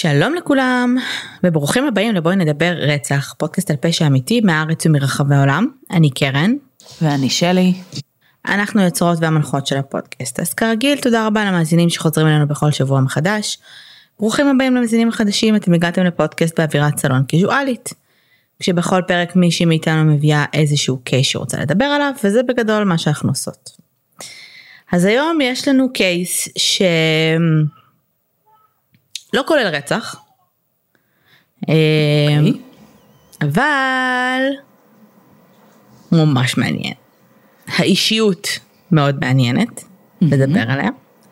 שלום לכולם, וברוכים הבאים לבואי נדבר רצח, פודקאסט על פשע אמיתי מהארץ ומרחבי העולם. אני קרן. ואני שלי. אנחנו יוצרות והמנחות של הפודקאסט. אז כרגיל, תודה רבה למאזינים שחוזרים אלינו בכל שבוע מחדש. ברוכים הבאים למאזינים החדשים, אתם הגעתם לפודקאסט באווירת סלון קיזואלית. כשבכל פרק מישהי מאיתנו מביאה איזשהו קייס שרוצה לדבר עליו, וזה בגדול מה שאנחנו עושות. אז היום יש לנו קייס לא כולל רצח, אבל ממש מעניין. האישיות מאוד מעניינת לדבר עליה,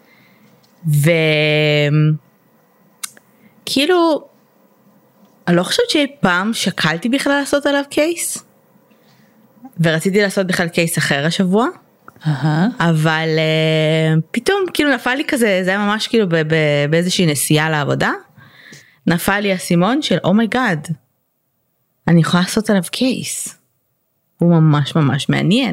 וכאילו אני לא חושבת שאי פעם שקלתי בכלל לעשות עליו קייס, ורציתי לעשות בכלל קייס אחר השבוע, אבל פתאום כאילו נפל לי כזה, זה היה ממש כאילו באיזושהי נסיעה לעבודה, נפל לי הסימון של אומייגאד, אני יכולה לעשות עליו קייס, הוא ממש ממש מעניין.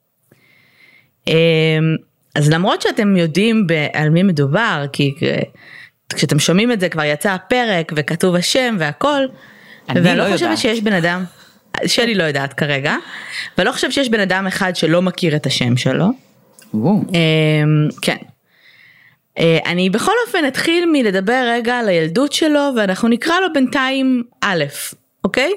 אז למרות שאתם יודעים על מי מדובר, כי כשאתם שומעים את זה כבר יצא הפרק וכתוב השם והכל, ואני לא חושבת שיש בן אדם, שלי לא יודעת כרגע, ולא חושב שיש בן אדם אחד שלא מכיר את השם שלו. כן. אני בכל אופן אתחיל מלדבר רגע על הילדות שלו, ואנחנו נקרא לו בינתיים א', אוקיי?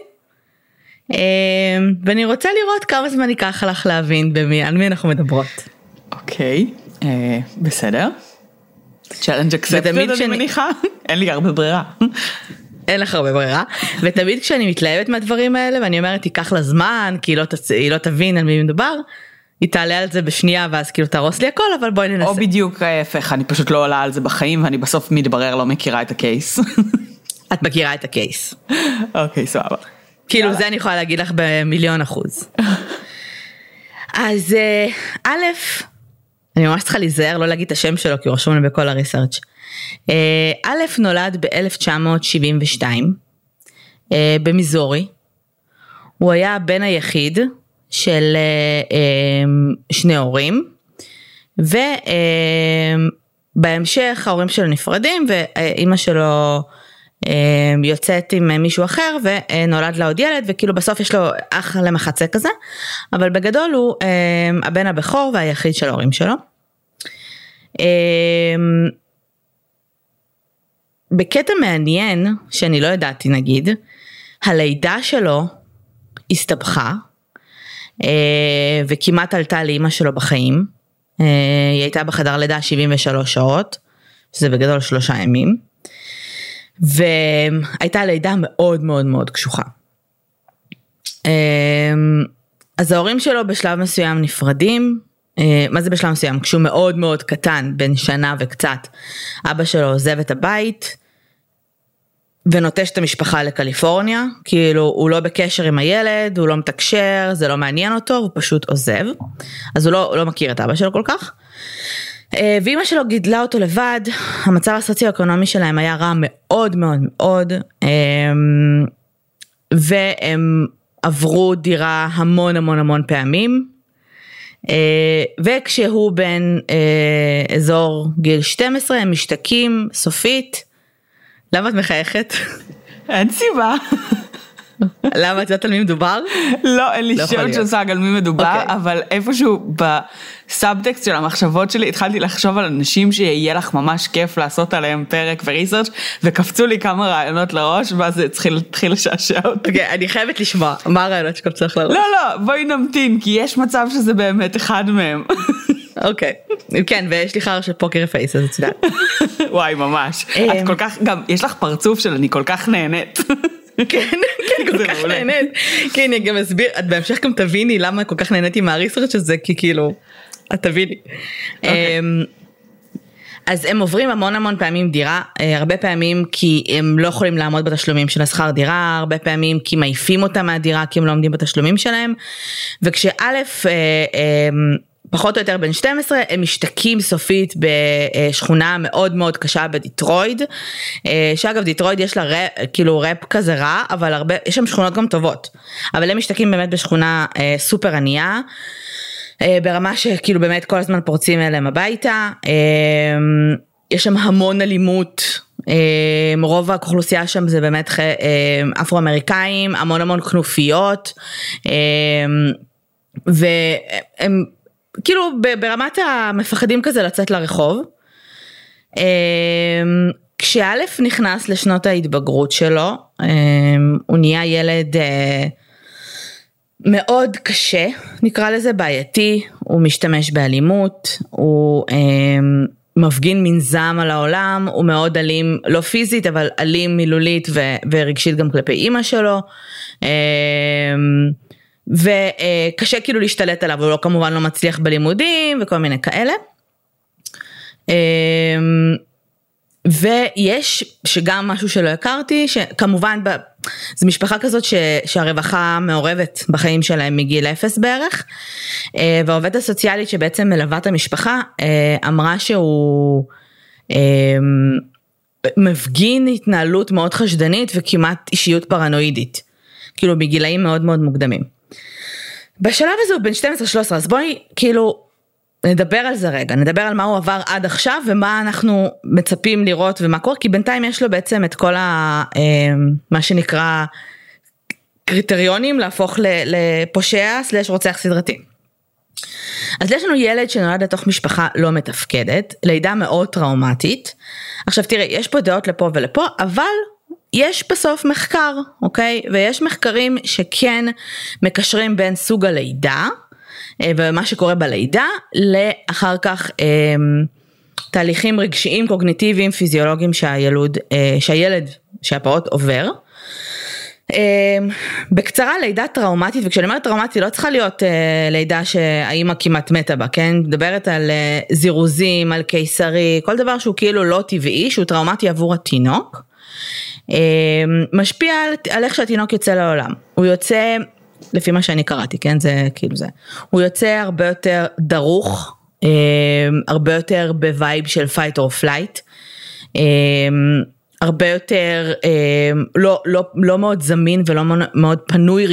ואני רוצה לראות כמה זמן ייקח לך להבין על מי אנחנו מדברות. אוקיי, בסדר. צ'אלנג' אקספטד אני מניחה, אין לי הרבה ברירה. אין לך הרבה ברירה, ותמיד כשאני מתלהבת מהדברים האלה, ואני אומרת, ייקח לה זמן, כי היא לא תבין על מי מדובר, היא תעלה על זה בשנייה, ואז כאילו תרוס לי הכל, אבל בואי ננסה. או בדיוק ההפך, אני פשוט לא עולה על זה בחיים, ואני בסוף מתברר לא מכירה את הקייס. את מכירה את הקייס. אוקיי, סבבה. כאילו זה אני יכולה להגיד לך ב1,000,000%. אז א', אני ממש צריכה להיזהר, לא להגיד את השם שלו, כי הוא רשום לי בכל הריסרצ'. א' נולד ב-1972, במיזורי, הוא היה בן היחיד של שני הורים, ובהמשך ההורים שלו נפרדים, ואמא שלו יוצאת עם מישהו אחר, ונולד לה עוד ילד, וכאילו בסוף יש לו אח למחצה כזה, אבל בגדול הוא הבן הבכור והיחיד של ההורים שלו. בקטע מעניין, שאני לא ידעתי נגיד, הלידה שלו הסתבכה, וכמעט עלתה לאמא שלו בחיים, היא הייתה בחדר לידה 73 שעות, שזה בגדול 3 ימים, והייתה לידה מאוד מאוד מאוד קשוחה. אז ההורים שלו בשלב מסוים נפרדים, מה זה בשלב מסוים? כשהוא מאוד מאוד קטן, בין שנה וקצת, אבא שלו עוזב את הבית, ונוטש את המשפחה לקליפורניה, כאילו הוא לא בקשר עם הילד, הוא לא מתקשר, זה לא מעניין אותו, הוא פשוט עוזב, אז הוא לא מכיר את אבא שלו כל כך, ואמא שלו גידלה אותו לבד, המצב הסוציו-אקונומי שלהם היה רע מאוד מאוד מאוד, והם עברו דירה המון המון המון פעמים, וכשהוא בין אזור גיל 12, הם משתקים סופית. למה את מחייכת? אין סיבה. למה את יודעת על מי מדובר? לא, אין לי שם שסג על מי מדובר, אבל איפשהו בסאבטקסט של המחשבות שלי, התחלתי לחשוב על אנשים שיהיה לך ממש כיף לעשות עליהם פרק וריסרצ' וקפצו לי כמה רעיונות לראש, ואז זה התחיל לשעשע אותי. אוקיי, אני חייבת לשמוע, מה הרעיונות שקפצו לך לראש? לא, בואי נמתין, כי יש מצב שזה באמת אחד מהם. אוקיי, כן, ויש לי חר של פוקר פייס, אז את יודעת. וואי, ממש. את כל כך, גם, יש לך פרצוף של אני כל כך נהנית. כן, כל כך נהנית. כן, אני גם אסביר, את בהמשך גם תביני למה כל כך נהניתי מהריסרצ' הזה, כי כאילו, את תביני. אז הם עוברים המון המון פעמים דירה, הרבה פעמים כי הם לא יכולים לעמוד בתשלומים של השכר דירה, הרבה פעמים כי מעיפים אותם מהדירה, כי הם לא עומדים בתשלומים שלהם, וכשא' פחות או יותר בין 12, הם משתקים סופית בשכונה מאוד מאוד קשה בדיטרויד, שאגב דיטרויד יש לה כאילו רפ כזה רע, אבל יש שם שכונות גם טובות, אבל הם משתקים באמת בשכונה סופר ענייה, ברמה שכאילו באמת כל הזמן פורצים אליהם הביתה, יש שם המון אלימות, רוב האוכלוסייה שם זה באמת אפרו-אמריקאים, המון כנופיות, והם כאילו ברמת המפחדים כזה לצאת לרחוב. כשאלף נכנס לשנות ההתבגרות שלו, הוא נהיה ילד מאוד קשה, נקרא לזה בעייתי, הוא משתמש באלימות, הוא מפגין מין זעם על העולם, הוא מאוד אלים, לא פיזית, אבל אלים מילולית ורגשית גם כלפי אמא שלו, וקשה כאילו להשתלט עליו, הוא לא, כמובן לא מצליח בלימודים וכל מיני כאלה. ויש שגם משהו שלא הכרתי, שכמובן זו משפחה כזאת שהרווחה מעורבת בחיים שלהם מגיל 0 בערך, והעובדת הסוציאלית שבעצם מלווה את המשפחה, אמרה שהוא מפגין התנהלות מאוד חשדנית וכמעט אישיות פרנואידית, כאילו בגילאים מאוד מאוד מוקדמים. בשלב הזה הוא בין 12-13, אז בואי כאילו נדבר על זה רגע, נדבר על מה הוא עבר עד עכשיו, ומה אנחנו מצפים לראות ומה קורה, כי בינתיים יש לו בעצם את כל מה שנקרא קריטריונים להפוך לפושע / רוצח סדרתי. אז יש לנו ילד שנולד לתוך משפחה לא מתפקדת, לידה מאוד טראומטית. עכשיו תראי, יש פה דעות לפה ולפה, אבל יש בסוף מחקר, אוקיי? ויש מחקרים שכן מקשרים בין סוג הלידה, ומה שקורה בלידה, לאחר כך תהליכים רגשיים, קוגניטיביים, פיזיולוגיים שהילד, שהפעוט עובר. בקצרה, לידה טראומטית, וכשאני אומרת טראומטית, לא צריכה להיות לידה שהאימא כמעט מתה בה, כן? מדברת על זירוזים, על קיסרי, כל דבר שהוא כאילו לא טבעי, שהוא טראומטי עבור התינוק, משפיע על איך שהתינוק יוצא לעולם. הוא יוצא, לפי מה שאני קראתי, כן? זה כאילו זה. הוא יוצא הרבה יותר דרוך, הרבה יותר בווייב של fight or flight, הרבה יותר לא מאוד זמין ולא מאוד פנוי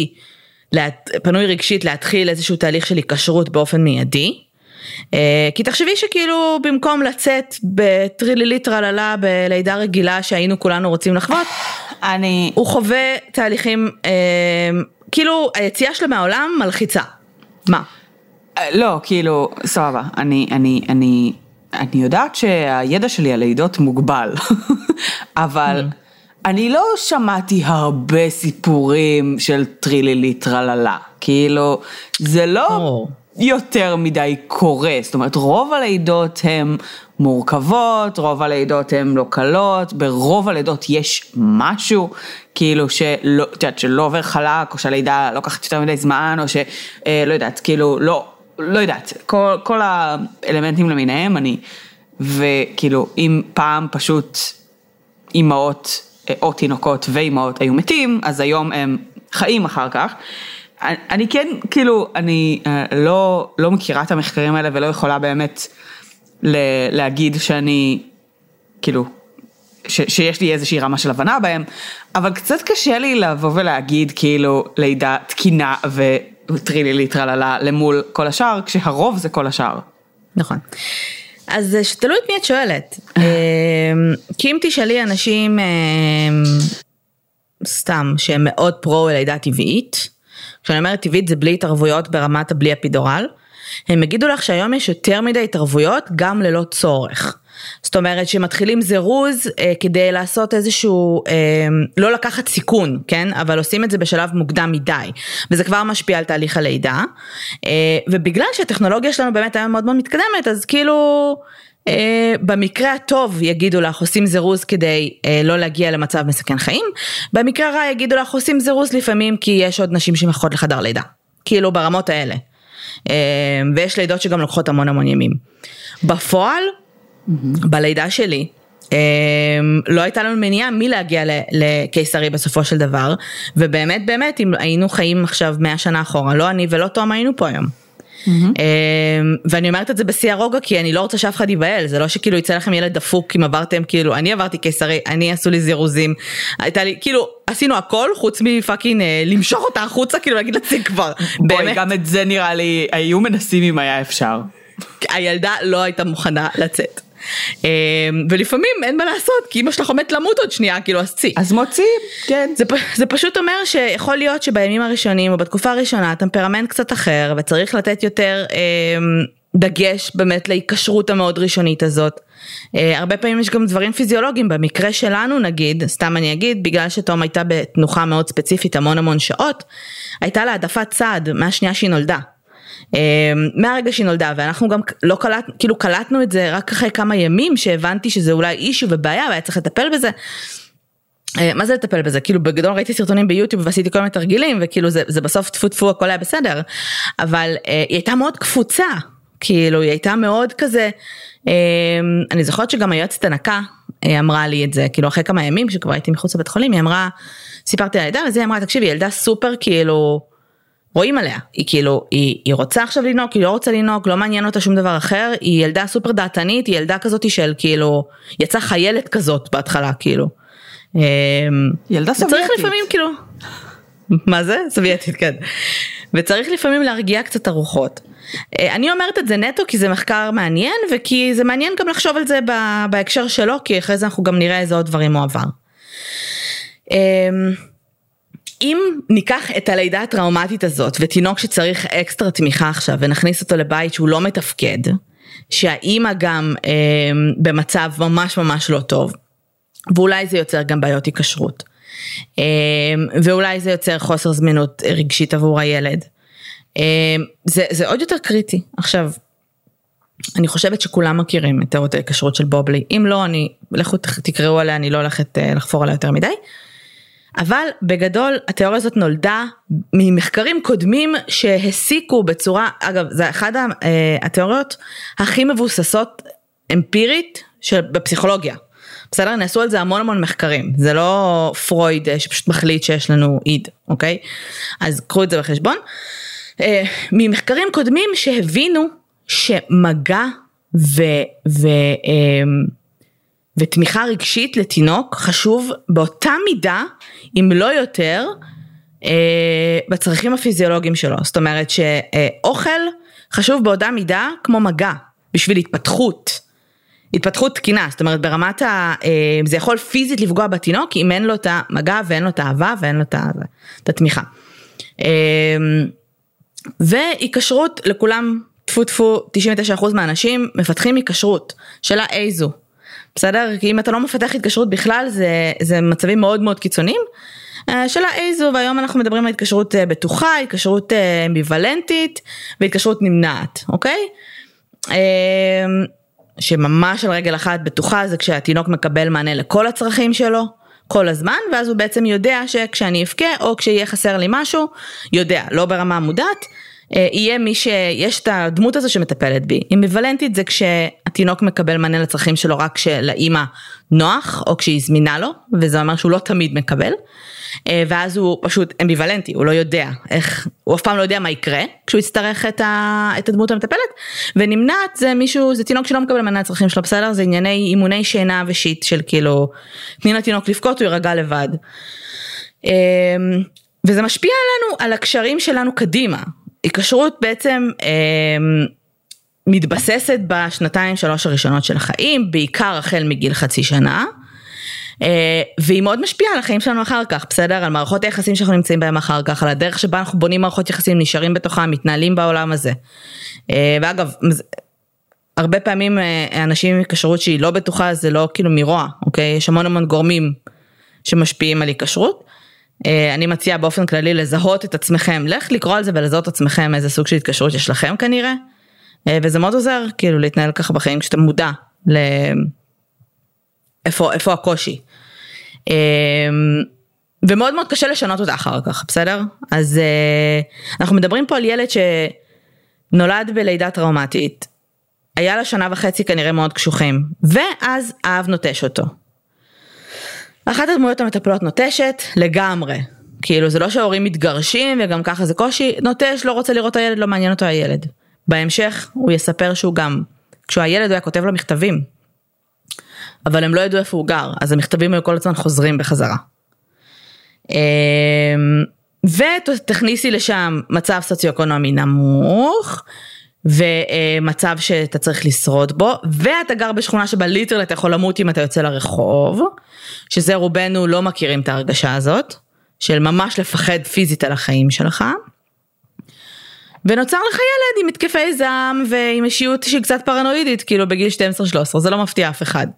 רגשית להתחיל איזשהו תהליך של היקשרות באופן מיידי. כי תחשבי שכאילו במקום לצאת בטריליליטר ללה בלידה רגילה שהיינו כולנו רוצים לחוות, הוא חווה תהליכים, כאילו היציאה שלו מהעולם מלחיצה. מה? לא, כאילו, סבבה, אני יודעת שהידע שלי על לידות מוגבל, אבל אני לא שמעתי הרבה סיפורים של טריליליטר ללה, כאילו, זה לא יותר מדי קורה, זאת אומרת, רוב הלידות הן מורכבות, רוב הלידות הן לא קלות, ברוב הלידות יש משהו, כאילו שלא עובר חלק, או שהלידה לוקחת יותר מדי זמן, או שלא יודעת, כאילו, לא יודעת, כל האלמנטים למיניהם, וכאילו, אם פעם פשוט אימהות או תינוקות ואימהות היו מתים, אז היום הם חיים אחר כך. אני כן, כאילו, אני לא מכירה את המחקרים האלה, ולא יכולה באמת להגיד שאני, כאילו, שיש לי איזושהי רמה של הבנה בהם, אבל קצת קשה לי לבוא ולהגיד, כאילו, לידה תקינה וטריליליטר ללה למול כל השאר, כשהרוב זה כל השאר. נכון. אז שתלוי את מי את שואלת. כי אם תשאלי אנשים סתם שהם מאוד פרו לידה טבעית, כשאני אומרת טבעית זה בלי התערבויות ברמת הבלי אפידורל, הם יגידו לך שהיום יש יותר מדי התערבויות גם ללא צורך. זאת אומרת שמתחילים זירוז כדי לעשות איזשהו, לא לקחת סיכון, כן? אבל עושים את זה בשלב מוקדם מדי, וזה כבר משפיע על תהליך הלידה, ובגלל שהטכנולוגיה שלנו באמת היה מאוד מאוד מתקדמת, אז כאילו במקרה הטוב יגידו לך עושים זירוז כדי לא להגיע למצב מסכן חיים, במקרה הרע יגידו לך עושים זירוז לפעמים כי יש עוד נשים שמחכות לחדר לידה, כאילו ברמות האלה, ויש לידות שגם לוקחות המון ימים. בפועל, בלידה שלי, לא הייתה לנו מניעה מי להגיע לקיסרי בסופו של דבר, ובאמת אם היינו חיים עכשיו 100 שנה אחורה, לא אני ולא תום היינו פה היום. ואני אומרת את זה בשיא הרוגע, כי אני לא רוצה שאף אחד יבהל, זה לא שכאילו יצא לכם ילד דפוק אם עברתם, כאילו אני עברתי קיסרי, אני עשו לי זירוזים, הייתה לי, כאילו עשינו הכל חוץ מפאקינג למשוך אותה החוצה, כאילו להגיד לצי כבר. בואי, גם את זה נראה לי, היו מנסים אם היה אפשר. הילדה לא הייתה מוכנה לצאת. ולפעמים אין מה לעשות, כי אמא שלך עומדת למות עוד שנייה, כאילו, אז צי. אז מוצאים, כן. זה פשוט אומר שיכול להיות שבימים הראשונים, או בתקופה הראשונה, טמפרמנט קצת אחר, וצריך לתת יותר דגש באמת להיקשרות המאוד ראשונית הזאת. הרבה פעמים יש גם דברים פיזיולוגיים, במקרה שלנו נגיד, סתם אני אגיד, בגלל שתום הייתה בתנוחה מאוד ספציפית, המון שעות, הייתה לה העדפת צעד מהשנייה שהיא נולדה. מהרגע שהיא נולדה, ואנחנו גם לא קלטנו את זה רק אחרי כמה ימים, שהבנתי שזה אולי אישו ובעיה, והיה צריך לטפל בזה. מה זה לטפל בזה? כאילו בגדול ראיתי סרטונים ביוטיוב ועשיתי כל מיני תרגילים, וכאילו זה בסוף טפו הכל היה בסדר, אבל היא הייתה מאוד קפוצה, כאילו היא הייתה מאוד כזה, אני זוכרת שגם היועצת הנקה אמרה לי את זה, כאילו אחרי כמה ימים שכבר הייתי מחוץ לבית חולים, היא אמרה, סיפרתי על הילדה, וזה אמרה, תקשיבי, ילדה סופר כאילו, רואים עליה, היא כאילו, היא רוצה עכשיו לנהוג, היא לא רוצה לנהוג, לא מעניין אותה שום דבר אחר, היא ילדה סופר דעתנית, היא ילדה כזאת של כאילו, יצאה חיילת כזאת בהתחלה, כאילו. ילדה סובייטית. וצריך לפעמים כאילו, מה זה? סובייטית, כן. וצריך לפעמים להרגיע קצת הרוחות. אני אומרת את זה נטו כי זה מחקר מעניין, וכי זה מעניין גם לחשוב על זה בהקשר שלו, כי אחרי זה אנחנו גם נראה איזה עוד דברים הוא עבר. אם ניקח את הלידה הטראומטית הזאת, ותינוק שצריך אקסטרה תמיכה עכשיו, ונכניס אותו לבית שהוא לא מתפקד, שהאימא גם במצב ממש לא טוב, ואולי זה יוצר גם בעיות היקשרות, ואולי זה יוצר חוסר זמינות רגשית עבור הילד, זה עוד יותר קריטי. עכשיו, אני חושבת שכולם מכירים את תיאוריית ההיקשרות של בובלי, אם לא, לכו תקראו עליה, אני לא הולכת לחפור עליה יותר מדי, אבל בגדול התיאוריה הזאת נולדה ממחקרים קודמים שהסיקו בצורה, אגב זה אחד התיאוריות הכי מבוססות אמפירית בפסיכולוגיה, בסדר? נעשו על זה המון מחקרים, זה לא פרויד שפשוט מחליט שיש לנו איד, אוקיי? אז קחו את זה בחשבון. ממחקרים קודמים שהבינו שמגע ותמיכה רגשית לתינוק חשוב באותה מידה, אם לא יותר, בצרכים הפיזיולוגיים שלו. זאת אומרת שאוכל חשוב באותה מידה כמו מגע, בשביל התפתחות תקינה. זאת אומרת ברמת זה יכול פיזית לפגוע בתינוק, אם אין לו את המגע ואין לו את האהבה ואין לו את התמיכה. והיקשרות לכולם, טפו, 99% מהאנשים מפתחים היקשרות, שאלה איזו. בסדר? כי אם אתה לא מפתח התקשרות בכלל, זה מצבים מאוד קיצוניים. שאלה איזו, והיום אנחנו מדברים על התקשרות בטוחה, התקשרות אמביוולנטית, והתקשרות נמנעת, אוקיי? שממש על רגל אחת בטוחה, זה כשהתינוק מקבל מענה לכל הצרכים שלו, כל הזמן, ואז הוא בעצם יודע שכשאני אבכה, או כשיהיה חסר לי משהו, יודע, לא ברמה מודעת, יהיה מי שיש את הדמות הזו שמטפלת בי. אמביוולנטית זה כשהתינוק מקבל מענה לצרכים שלו רק כשלאמא נוח, או כשהיא זמינה לו, וזה אומר שהוא לא תמיד מקבל, ואז הוא פשוט אמביוולנטי, הוא לא יודע איך, הוא אף פעם לא יודע מה יקרה, כשהוא יצטרך את הדמות המטפלת, ונמנעת זה מישהו, זה תינוק שלא מקבל מענה לצרכים שלו, בסדר? זה ענייני אימוני שינה ושיט של כאילו, תני לתינוק לבכות, הוא ירגע לבד. וזה משפיע עלינו, על הקשרים שלנו קדימה. היקשרות בעצם מתבססת בשנתיים 3 הראשונות של החיים, בעיקר החל מגיל חצי שנה, והיא מאוד משפיעה על החיים שלנו אחר כך, בסדר? על מערכות היחסים שאנחנו נמצאים בהם אחר כך, על הדרך שבה אנחנו בונים מערכות יחסים, נשארים בתוכם, מתנהלים בעולם הזה. ואגב, הרבה פעמים אנשים עם היקשרות שהיא לא בטוחה, זה לא כאילו מרוע, אוקיי? יש המון גורמים שמשפיעים על היקשרות. אני מציעה באופן כללי לזהות את עצמכם, לך לקרוא על זה ולזהות את עצמכם איזה סוג של התקשרות יש לכם כנראה, וזה מאוד עוזר כאילו להתנהל ככה בחיים כשאתה מודע איפה הקושי, ומאוד קשה לשנות אותה אחר כך, בסדר? אז אנחנו מדברים פה על ילד שנולד בלידה טראומטית, היה לה 1.5 שנה כנראה מאוד קשוחים, ואז האב נוטש אותו. אחת הדמויות המטפלות נוטשת לגמרי, כאילו זה לא שההורים מתגרשים וגם ככה זה קושי, נוטש, לא רוצה לראות הילד, לא מעניין אותו הילד. בהמשך הוא יספר שהוא גם, כשהוא הילד הוא היה כותב לו מכתבים, אבל הם לא ידעו איפה הוא גר, אז המכתבים היו כל הזמן חוזרים בחזרה. ותכניסי לשם מצב סוציו-אקונומי נמוך, ומצב שאתה צריך לשרוד בו, ואתה גר בשכונה שבה ליטרלי אתה יכול למות אם אתה יוצא לרחוב, שזה רובנו לא מכירים את ההרגשה הזאת, של ממש לפחד פיזית על החיים שלך, ונוצר לך ילד עם התקפי זעם, ועם אישיות שהיא קצת פרנואידית, כאילו בגיל 12-13, זה לא מפתיע אף אחד.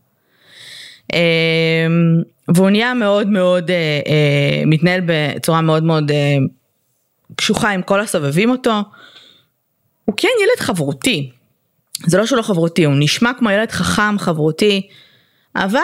והוא נהיה מאוד מאוד, מתנהל בצורה מאוד מאוד קשוחה עם כל הסובבים אותו, הוא כן ילד חברותי, זה לא שהוא לא חברותי, הוא נשמע כמו ילד חכם, חברותי, אבל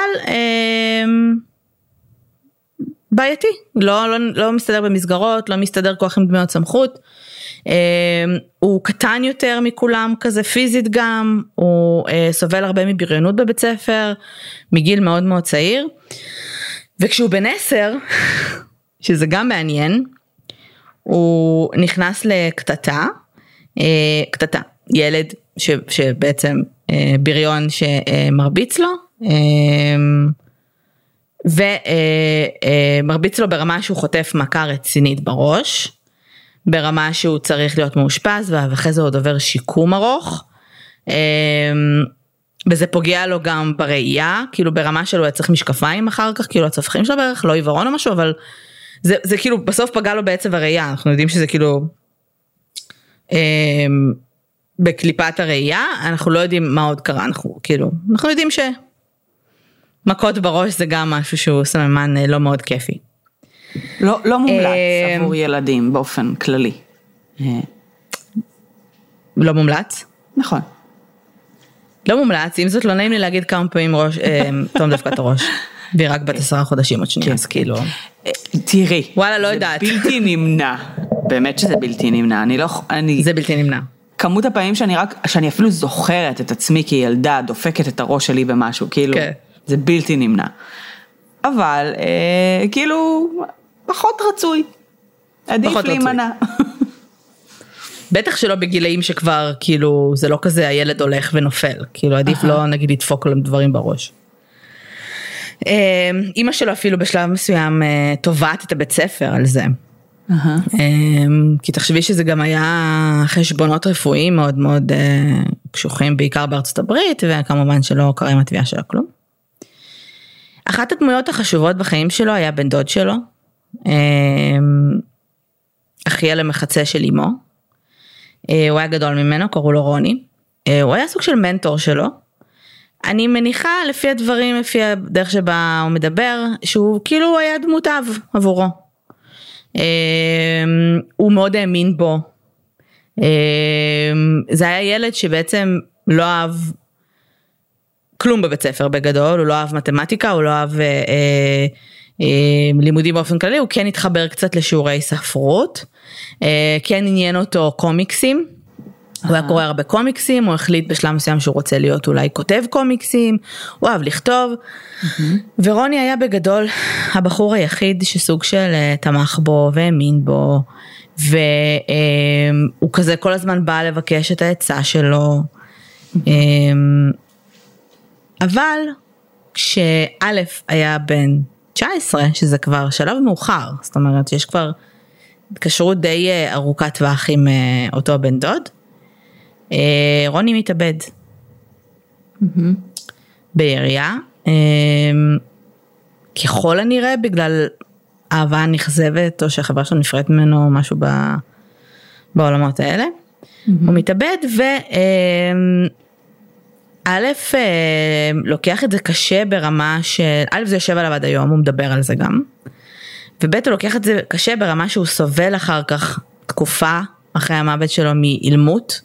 בעייתי, לא מסתדר במסגרות, לא מסתדר כוח עם דמיות סמכות, הוא קטן יותר מכולם כזה פיזית גם, הוא סובל הרבה מבריונות בבית ספר, מגיל מאוד מאוד צעיר, וכשהוא בן 10, שזה גם מעניין, הוא נכנס לקטטה, ילד שבעצם בריון שמרביץ לו, ומרביץ לו ברמה שהוא חוטף מכה רצינית בראש, ברמה שהוא צריך להיות מאושפז, ואחרי זה עוד עובר שיקום ארוך, וזה פוגע לו גם בראייה, כאילו ברמה שלו היה צריך משקפיים אחר כך, כאילו הצווחים שלו בערך, לא עיוורון או משהו, אבל זה כאילו בסוף פגע לו בעצב הראייה, אנחנו יודעים שזה כאילו בקליפת הראייה, אנחנו לא יודעים מה עוד קרה, אנחנו יודעים שמכות בראש זה גם משהו שהוא סממן לא מאוד כיפי. לא מומלץ עבור ילדים באופן כללי. לא מומלץ? נכון. לא מומלץ, אם זאת לא נעים לי להגיד כמה פעמים תום דווקת הראש, והיא רק בת 10 חודשים עוד שנייה, אז כאילו. תראי. וואלה, לא יודעת. זה בלתי נמנע. באמת שזה בלתי נמנע. זה בלתי נמנע. כמות הפעמים שאני אפילו זוכרת את עצמי כילדה, דופקת את הראש שלי במשהו, כאילו, זה בלתי נמנע. אבל, כאילו, פחות רצוי. עדיף להימנע. בטח שלא בגילאים שכבר, כאילו, זה לא כזה, הילד הולך ונופל. כאילו, עדיף לא, נגיד, לדפוק לו דברים בראש. אמא שלו אפילו בשלב מסוים תובעת את הבית ספר על זה. כי תחשבי שזה גם היה חשבונות רפואיים מאוד מאוד קשוחים, בעיקר בארצות הברית, וכמובן שלא קרה עם התביעה שלה כלום. אחת הדמויות החשובות בחיים שלו היה בן דוד שלו, אחיה למחצה של אמו, הוא היה גדול ממנו, קראו לו רוני, הוא היה סוג של מנטור שלו, אני מניחה לפי הדברים, לפי הדרך שבה הוא מדבר, שהוא כאילו היה דמות אב עבורו, הוא מאוד האמין בו, זה היה ילד שבעצם לא אהב כלום בבית ספר בגדול, הוא לא אהב מתמטיקה, הוא לא אהב לימודים באופן כללי, הוא כן התחבר קצת לשיעורי ספרות, כן עניין אותו קומיקסים, הוא היה קורא הרבה קומיקסים, הוא החליט בשלב מסוים שהוא רוצה להיות אולי כותב קומיקסים, הוא אהב לכתוב, ורוני היה בגדול הבחור היחיד שסוג של תמך בו והאמין בו, והוא כזה כל הזמן בא לבקש את העצה שלו, אבל כשא' היה בן 19, שזה כבר שלב מאוחר, זאת אומרת שיש כבר התקשרות די ארוכת טווח עם אותו בן דוד, רוני מתאבד בירייה, ככל הנראה בגלל אהבה נכזבת, או שהחברה שלו נפרדת ממנו, משהו בעולמות האלה, הוא מתאבד, א', לוקח את זה קשה ברמה של, א', זה יושב עליו עד היום, הוא מדבר על זה גם, וב', הוא לוקח את זה קשה ברמה שהוא סובל אחר כך תקופה, אחרי המוות שלו מאילמות,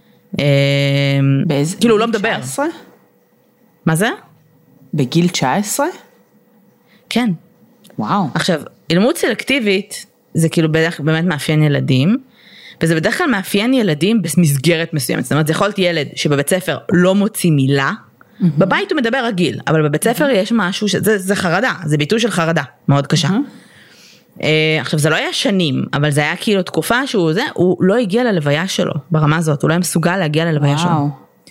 כאילו הוא לא מדבר. 19? מה זה? בגיל 19? כן. וואו. עכשיו, אילמות סלקטיבית, זה כאילו באמת מאפיין ילדים, וזה בדרך כלל מאפיין ילדים במסגרת מסוימת, זאת אומרת, זה יכול להיות ילד שבבית ספר לא מוציא מילה, בבית הוא מדבר רגיל, אבל בבית ספר יש משהו, זה חרדה, זה ביטוי של חרדה, מאוד קשה. עכשיו זה לא היה שנים, אבל זה היה כאילו תקופה הוא לא הגיע ללוויה שלו, ברמה הזאת, הוא לא היה מסוגל להגיע ללוויה שלו.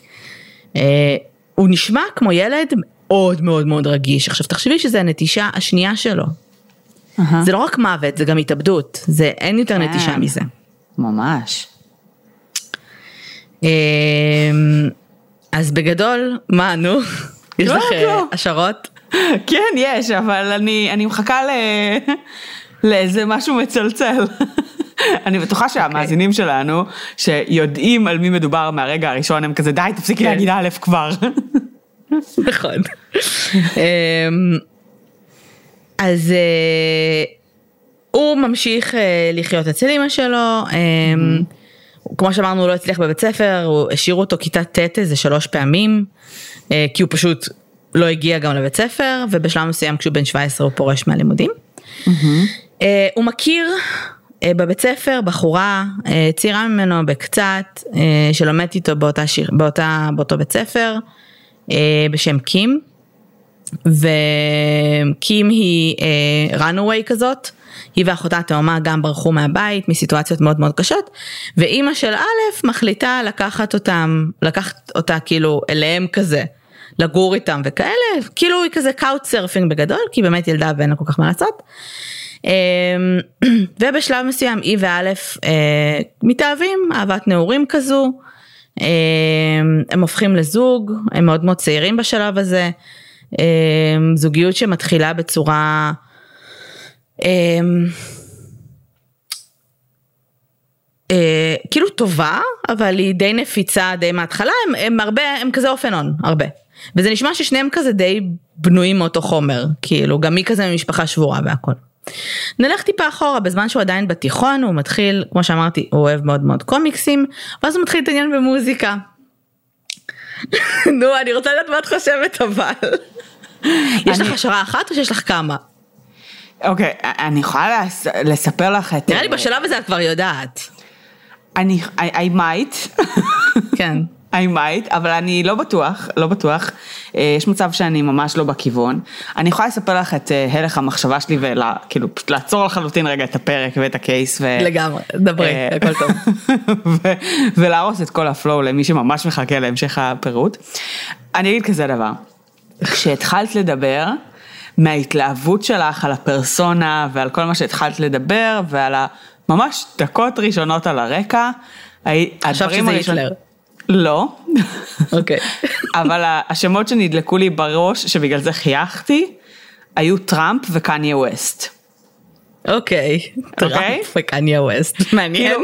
הוא נשמע כמו ילד מאוד מאוד מאוד רגיש, עכשיו תחשבי שזה הנטישה השנייה שלו. זה לא רק מוות, זה גם התאבדות, אין יותר נטישה מזה. ממש. אז בגדול, מה, נו? יש לך השערות? כן, יש, אבל אני מחכה לאיזה משהו מצלצל. אני בטוחה שהמאזינים שלנו, שיודעים על מי מדובר מהרגע הראשון, הם כזה, די, תפסיקי להגיד א' כבר. נכון. אז הוא ממשיך לחיות אצל אמא שלו, כמו שאמרנו, הוא לא הצליח בבית ספר, הוא השאיר אותו כיתה ט' איזה 3 פעמים, כי הוא פשוט לא הגיע גם לבית ספר, ובשלב מסוים כשהוא בן 17 הוא פורש מהלימודים. הוא מכיר בבית ספר בחורה צעירה ממנו בקצת, שלומדת איתו באותו בית ספר, בשם קים, וקים היא runaway כזאת, היא ואחותה התאומה גם ברחו מהבית מסיטואציות מאוד מאוד קשות, ואימא של א' מחליטה לקחת אותה כאילו אליהם כזה, לגור איתם וכאלה, כאילו היא כזה קאוט סרפינג בגדול, כי באמת ילדה ואין לה כל כך מה לעשות, ובשלב מסוים היא וא' מתאהבים, אהבת נעורים כזו, הם הופכים לזוג, הם מאוד מאוד צעירים בשלב הזה, זוגיות שמתחילה בצורה כאילו טובה, אבל היא די נפיצה, די מההתחלה, הם כזה אופנון, הרבה. וזה נשמע ששניהם כזה די בנויים מאותו חומר, כאילו, גם היא כזה ממשפחה שבורה והכל. נלך טיפה אחורה, בזמן שהוא עדיין בתיכון, הוא מתחיל, כמו שאמרתי, הוא אוהב מאוד מאוד קומיקסים, ואז הוא מתחיל להתעניין במוזיקה. נו, אני רוצה לדעת מה את חושבת, אבל... יש לך השערה אחת או שיש לך כמה? אוקיי, אני יכולה לספר לך את... נראה לי בשלב הזה את כבר יודעת. I might. כן. I might, אבל אני לא בטוח. יש מצב שאני ממש לא בכיוון. אני יכולה לספר לך את הלך המחשבה שלי, וכאילו פשוט לעצור לחלוטין רגע את הפרק ואת הקייס. לגמרי, דברי, הכל טוב. ולהרוס את כל הפלואו למי שממש מחכה להמשך הפירוט. אני אגיד כזה דבר. כשהתחלת לדבר, מההתלהבות שלך על הפרסונה ועל כל מה שהתחלת לדבר, ועל ממש דקות ראשונות על הרקע, חשב שזה היטלר. לא. אוקיי. אבל השמות שנדלקו לי בראש, שבגלל זה חייכתי, היו טראמפ וקניה ווסט. אוקיי. טראמפ וקניה ווסט. מעניין.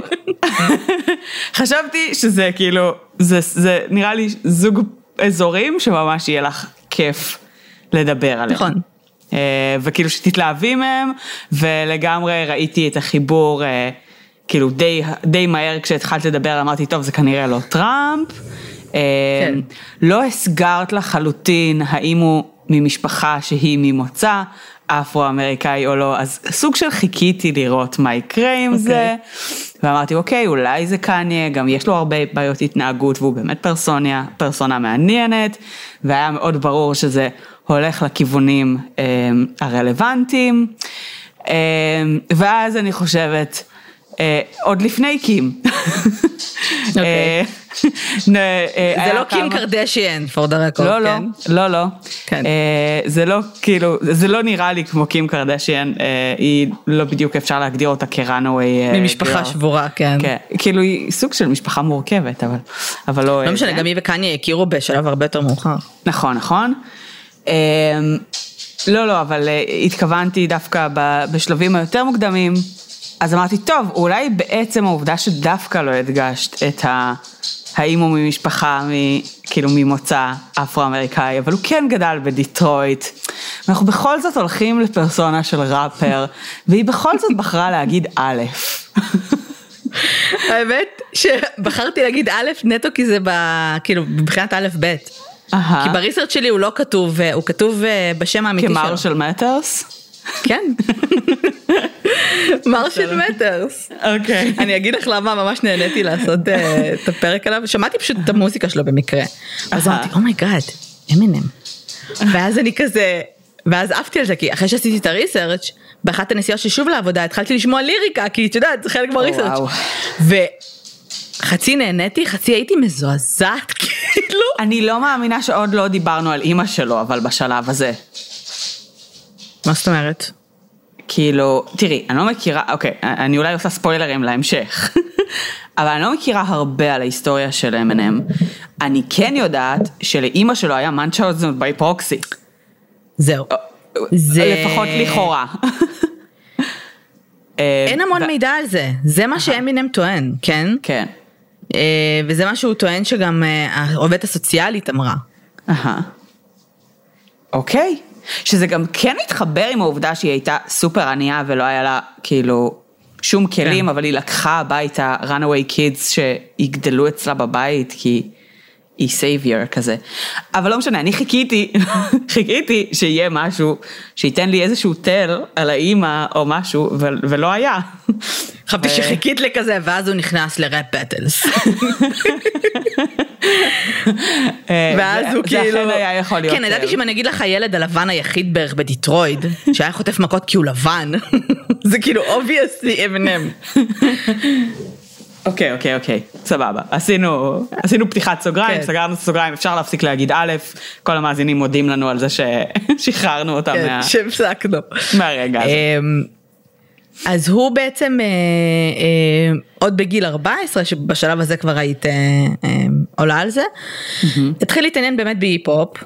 חשבתי שזה כאילו, זה נראה לי זוג אזורים שממש יהיה לך כיף לדבר עליהם. נכון. וכאילו שתתלהבי מהם, ולגמרי ראיתי את החיבור, כאילו די מהר כשהתחלת לדבר, אמרתי, טוב, זה כנראה לא טראמפ. כן. לא הסגרת לחלוטין, האם הוא ממשפחה שהיא ממוצא, אפרו-אמריקאי או לא, אז סוג של חיכיתי לראות מה יקרה עם זה, ואמרתי, אוקיי, אולי זה קניה, גם יש לו הרבה בעיות התנהגות, והוא באמת פרסונה מעניינת, והיה מאוד ברור שזה הולך לכיוונים הרלוונטיים, ואז אני חושבת, עוד לפני קים. אוקיי. זה לא קים קרדשיאן, for the record, כן? לא. זה לא, כאילו, זה לא נראה לי כמו קים קרדשיאן, היא לא בדיוק אפשר להגדיר אותה כרנאווי. ממשפחה שבורה, כן. כאילו היא סוג של משפחה מורכבת, אבל לא... לא משנה, גם היא וקניה הכירו בשלב הרבה יותר מאוחר. נכון. לא, אבל התכוונתי דווקא בשלבים היותר מוקדמים, אז אמרתי, טוב, אולי בעצם העובדה שדווקא לא הדגשת את האם הוא ממשפחה, כאילו ממוצא אפרו-אמריקאי, אבל הוא כן גדל בדיטרויט, ואנחנו בכל זאת הולכים לפרסונה של ראפר, והיא בכל זאת בחרה להגיד א'. האמת שבחרתי להגיד א' נטו כי זה כאילו מבחינת א' ב'. כי בריסרצ' שלי הוא לא כתוב, הוא כתוב בשם האמיתי שלו. כמרשל מטרס? כן. מרשל מטרס. אוקיי. אני אגיד לך למה ממש נהניתי לעשות את הפרק עליו. שמעתי פשוט את המוזיקה שלו במקרה. אז אמרתי, אומייגאד, אמינם. ואז אני כזה, ואז עפתי על זה, כי אחרי שעשיתי את הריסרצ' באחת הנסיעות ששוב לעבודה, התחלתי לשמוע ליריקה, כי את יודעת, זה חלק מהריסרצ'. חצי נהניתי, חצי הייתי מזועזעת, כאילו. אני לא מאמינה שעוד לא דיברנו על אמא שלו, אבל בשלב הזה. מה זאת אומרת? כאילו, תראי, אני לא מכירה, אוקיי, אני אולי עושה ספוילרים להמשך, אבל אני לא מכירה הרבה על ההיסטוריה של M&M. אני כן יודעת שלאמא שלו היה מנצ'אוזן ביי פרוקסי. זהו. לפחות לכאורה. אין המון מידע על זה. זה מה שאמינם טוען, כן? כן. וזה מה שהוא טוען שגם העובדת הסוציאלית אמרה. אוקיי. שזה גם כן מתחבר עם העובדה שהיא הייתה סופר ענייה ולא היה לה כאילו שום כלים, אבל היא לקחה הביתה runaway kids שיגדלו אצלה בבית כי היא savior כזה. אבל לא משנה, אני חיכיתי שיהיה משהו שייתן לי איזשהו תל על האמא או משהו, ולא היה. חשבתי שחיכית לכזה, ואז הוא נכנס לראפ בטלס. ואז הוא כאילו... זה אכן היה יכול להיות. כן, ידעתי שאם אני אגיד לך הילד הלבן היחיד בערך בדיטרויד, שהיה חוטף מכות כי הוא לבן, זה כאילו obviously M&M. אוקיי, סבבה. עשינו פתיחת סוגריים, סגרנו סוגריים, אפשר להפסיק להגיד א', כל המאזינים מודים לנו על זה ששחררנו אותם שהפסקנו. מהרגע הזה. אז הוא בעצם עוד בגיל 14, שבשלב הזה כבר היית עולה על זה, התחיל להתעניין באמת בהיפ-הופ,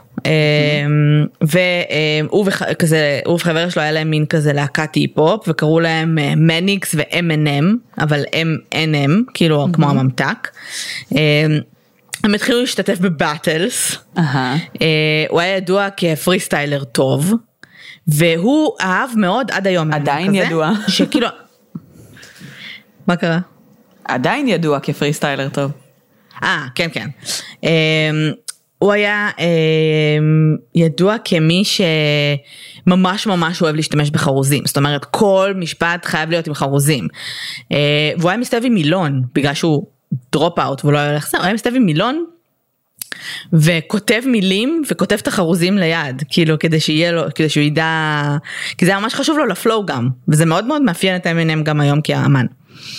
והוא וחבר שלו היה להם מין כזה להקת היפ-הופ, וקראו להם מניקס ו-M&M, אבל M&M, כאילו כמו הממתק. הם התחילו להשתתף בבטלס, הוא היה ידוע כפרי סטיילר טוב, והוא אהב מאוד עד היום. עדיין ידוע. שכאילו... מה קרה? עדיין ידוע כפרי סטיילר טוב. כן. הוא היה ידוע כמי שממש ממש אוהב להשתמש בחרוזים. זאת אומרת, כל משפט חייב להיות עם חרוזים. והוא היה מסתובב עם מילון, בגלל שהוא דרופ אאוט, והוא לא היה הולך, הוא היה מסתובב עם מילון, וכותב מילים וכותב את החרוזים ליד, כאילו כדי שיהיה לו, כדי שהוא ידע, כי זה ממש חשוב לו לפלואו גם, וזה מאוד מאוד מאפיין את M&M גם היום כאמן.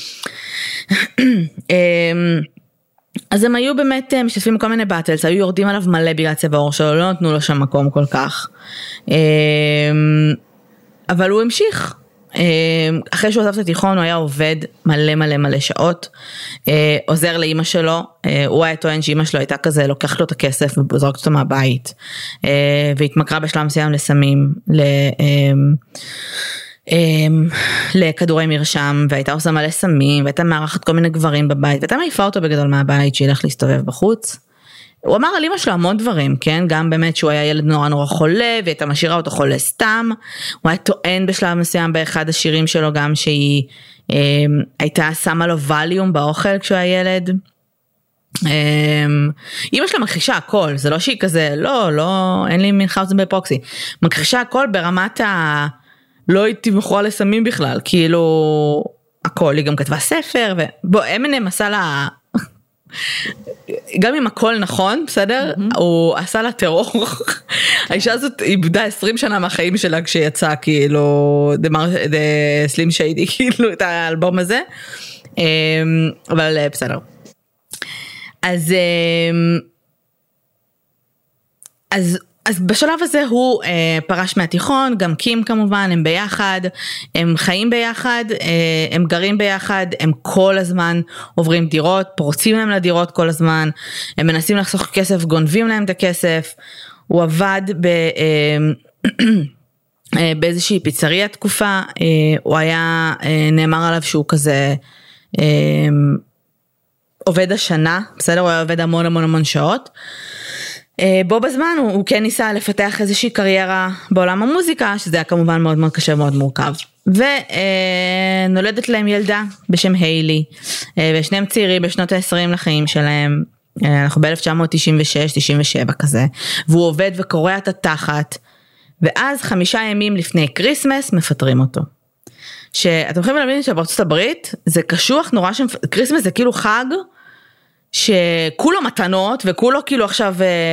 אז הם היו באמת משתתפים בכל מיני באטלס, היו יורדים עליו מלא בגלל צבע העור שלו, לא נתנו לו שם מקום כל כך, אבל הוא המשיך. אחרי שהוא עזב את התיכון הוא היה עובד מלא שעות, עוזר לאמא שלו, הוא היה טוען שאמא שלו הייתה כזה לוקחת לו את הכסף וזרקת אותו מהבית, והתמכרה בשלב מסוים לסמים, לכדורי מרשם, והייתה עושה מלא סמים, והייתה מארחת כל מיני גברים בבית, והייתה מעיפה אותו בגדול מהבית שילך להסתובב בחוץ. הוא אמר על אמא שלו המון דברים, כן? גם באמת שהוא היה ילד נורא חולה, והייתה משאירה אותו חולה סתם. הוא היה טוען בשלב מסוים באחד השירים שלו גם שהיא הייתה שמה לו ווליום באוכל כשהוא היה ילד. אמא שלה מכחישה הכל, זה לא שהיא כזה, לא, אין לי מנחאוזן בפרוקסי. מכחישה הכל ברמת לא הייתי מכורה לסמים בכלל, כאילו הכל, היא גם כתבה ספר, ובוא, M&M עשה לה... גם אם הכל נכון, בסדר? הוא עשה לה טרור. האישה הזאת איבדה 20 שנה מהחיים שלה כשיצא כאילו The Slim Shady, כאילו את האלבום הזה. אבל בסדר. אז בשלב הזה הוא פרש מהתיכון, גם קים כמובן, הם ביחד, הם חיים ביחד, הם גרים ביחד, הם כל הזמן עוברים דירות, פורצים להם לדירות כל הזמן, הם מנסים לחסוך כסף, גונבים להם את הכסף. הוא עבד באיזושהי פיצריה תקופה, הוא היה, נאמר עליו שהוא כזה עובד השנה, בסדר? הוא היה עובד המון שעות. בו בזמן הוא כן ניסה לפתח איזושהי קריירה בעולם המוזיקה, שזה היה כמובן מאוד מאוד קשה, מאוד מורכב. ונולדת להם ילדה בשם היילי, ושניהם צעירים בשנות ה-20 לחיים שלהם, אנחנו ב-1996-97 כזה, והוא עובד וקורע את התחת, ואז 5 ימים לפני קריסמס מפטרים אותו. שאתם יכולים להבין שבארצות הברית זה קשוח נורא, קריסמס זה כאילו חג, שכולו מתנות וכולו כאילו עכשיו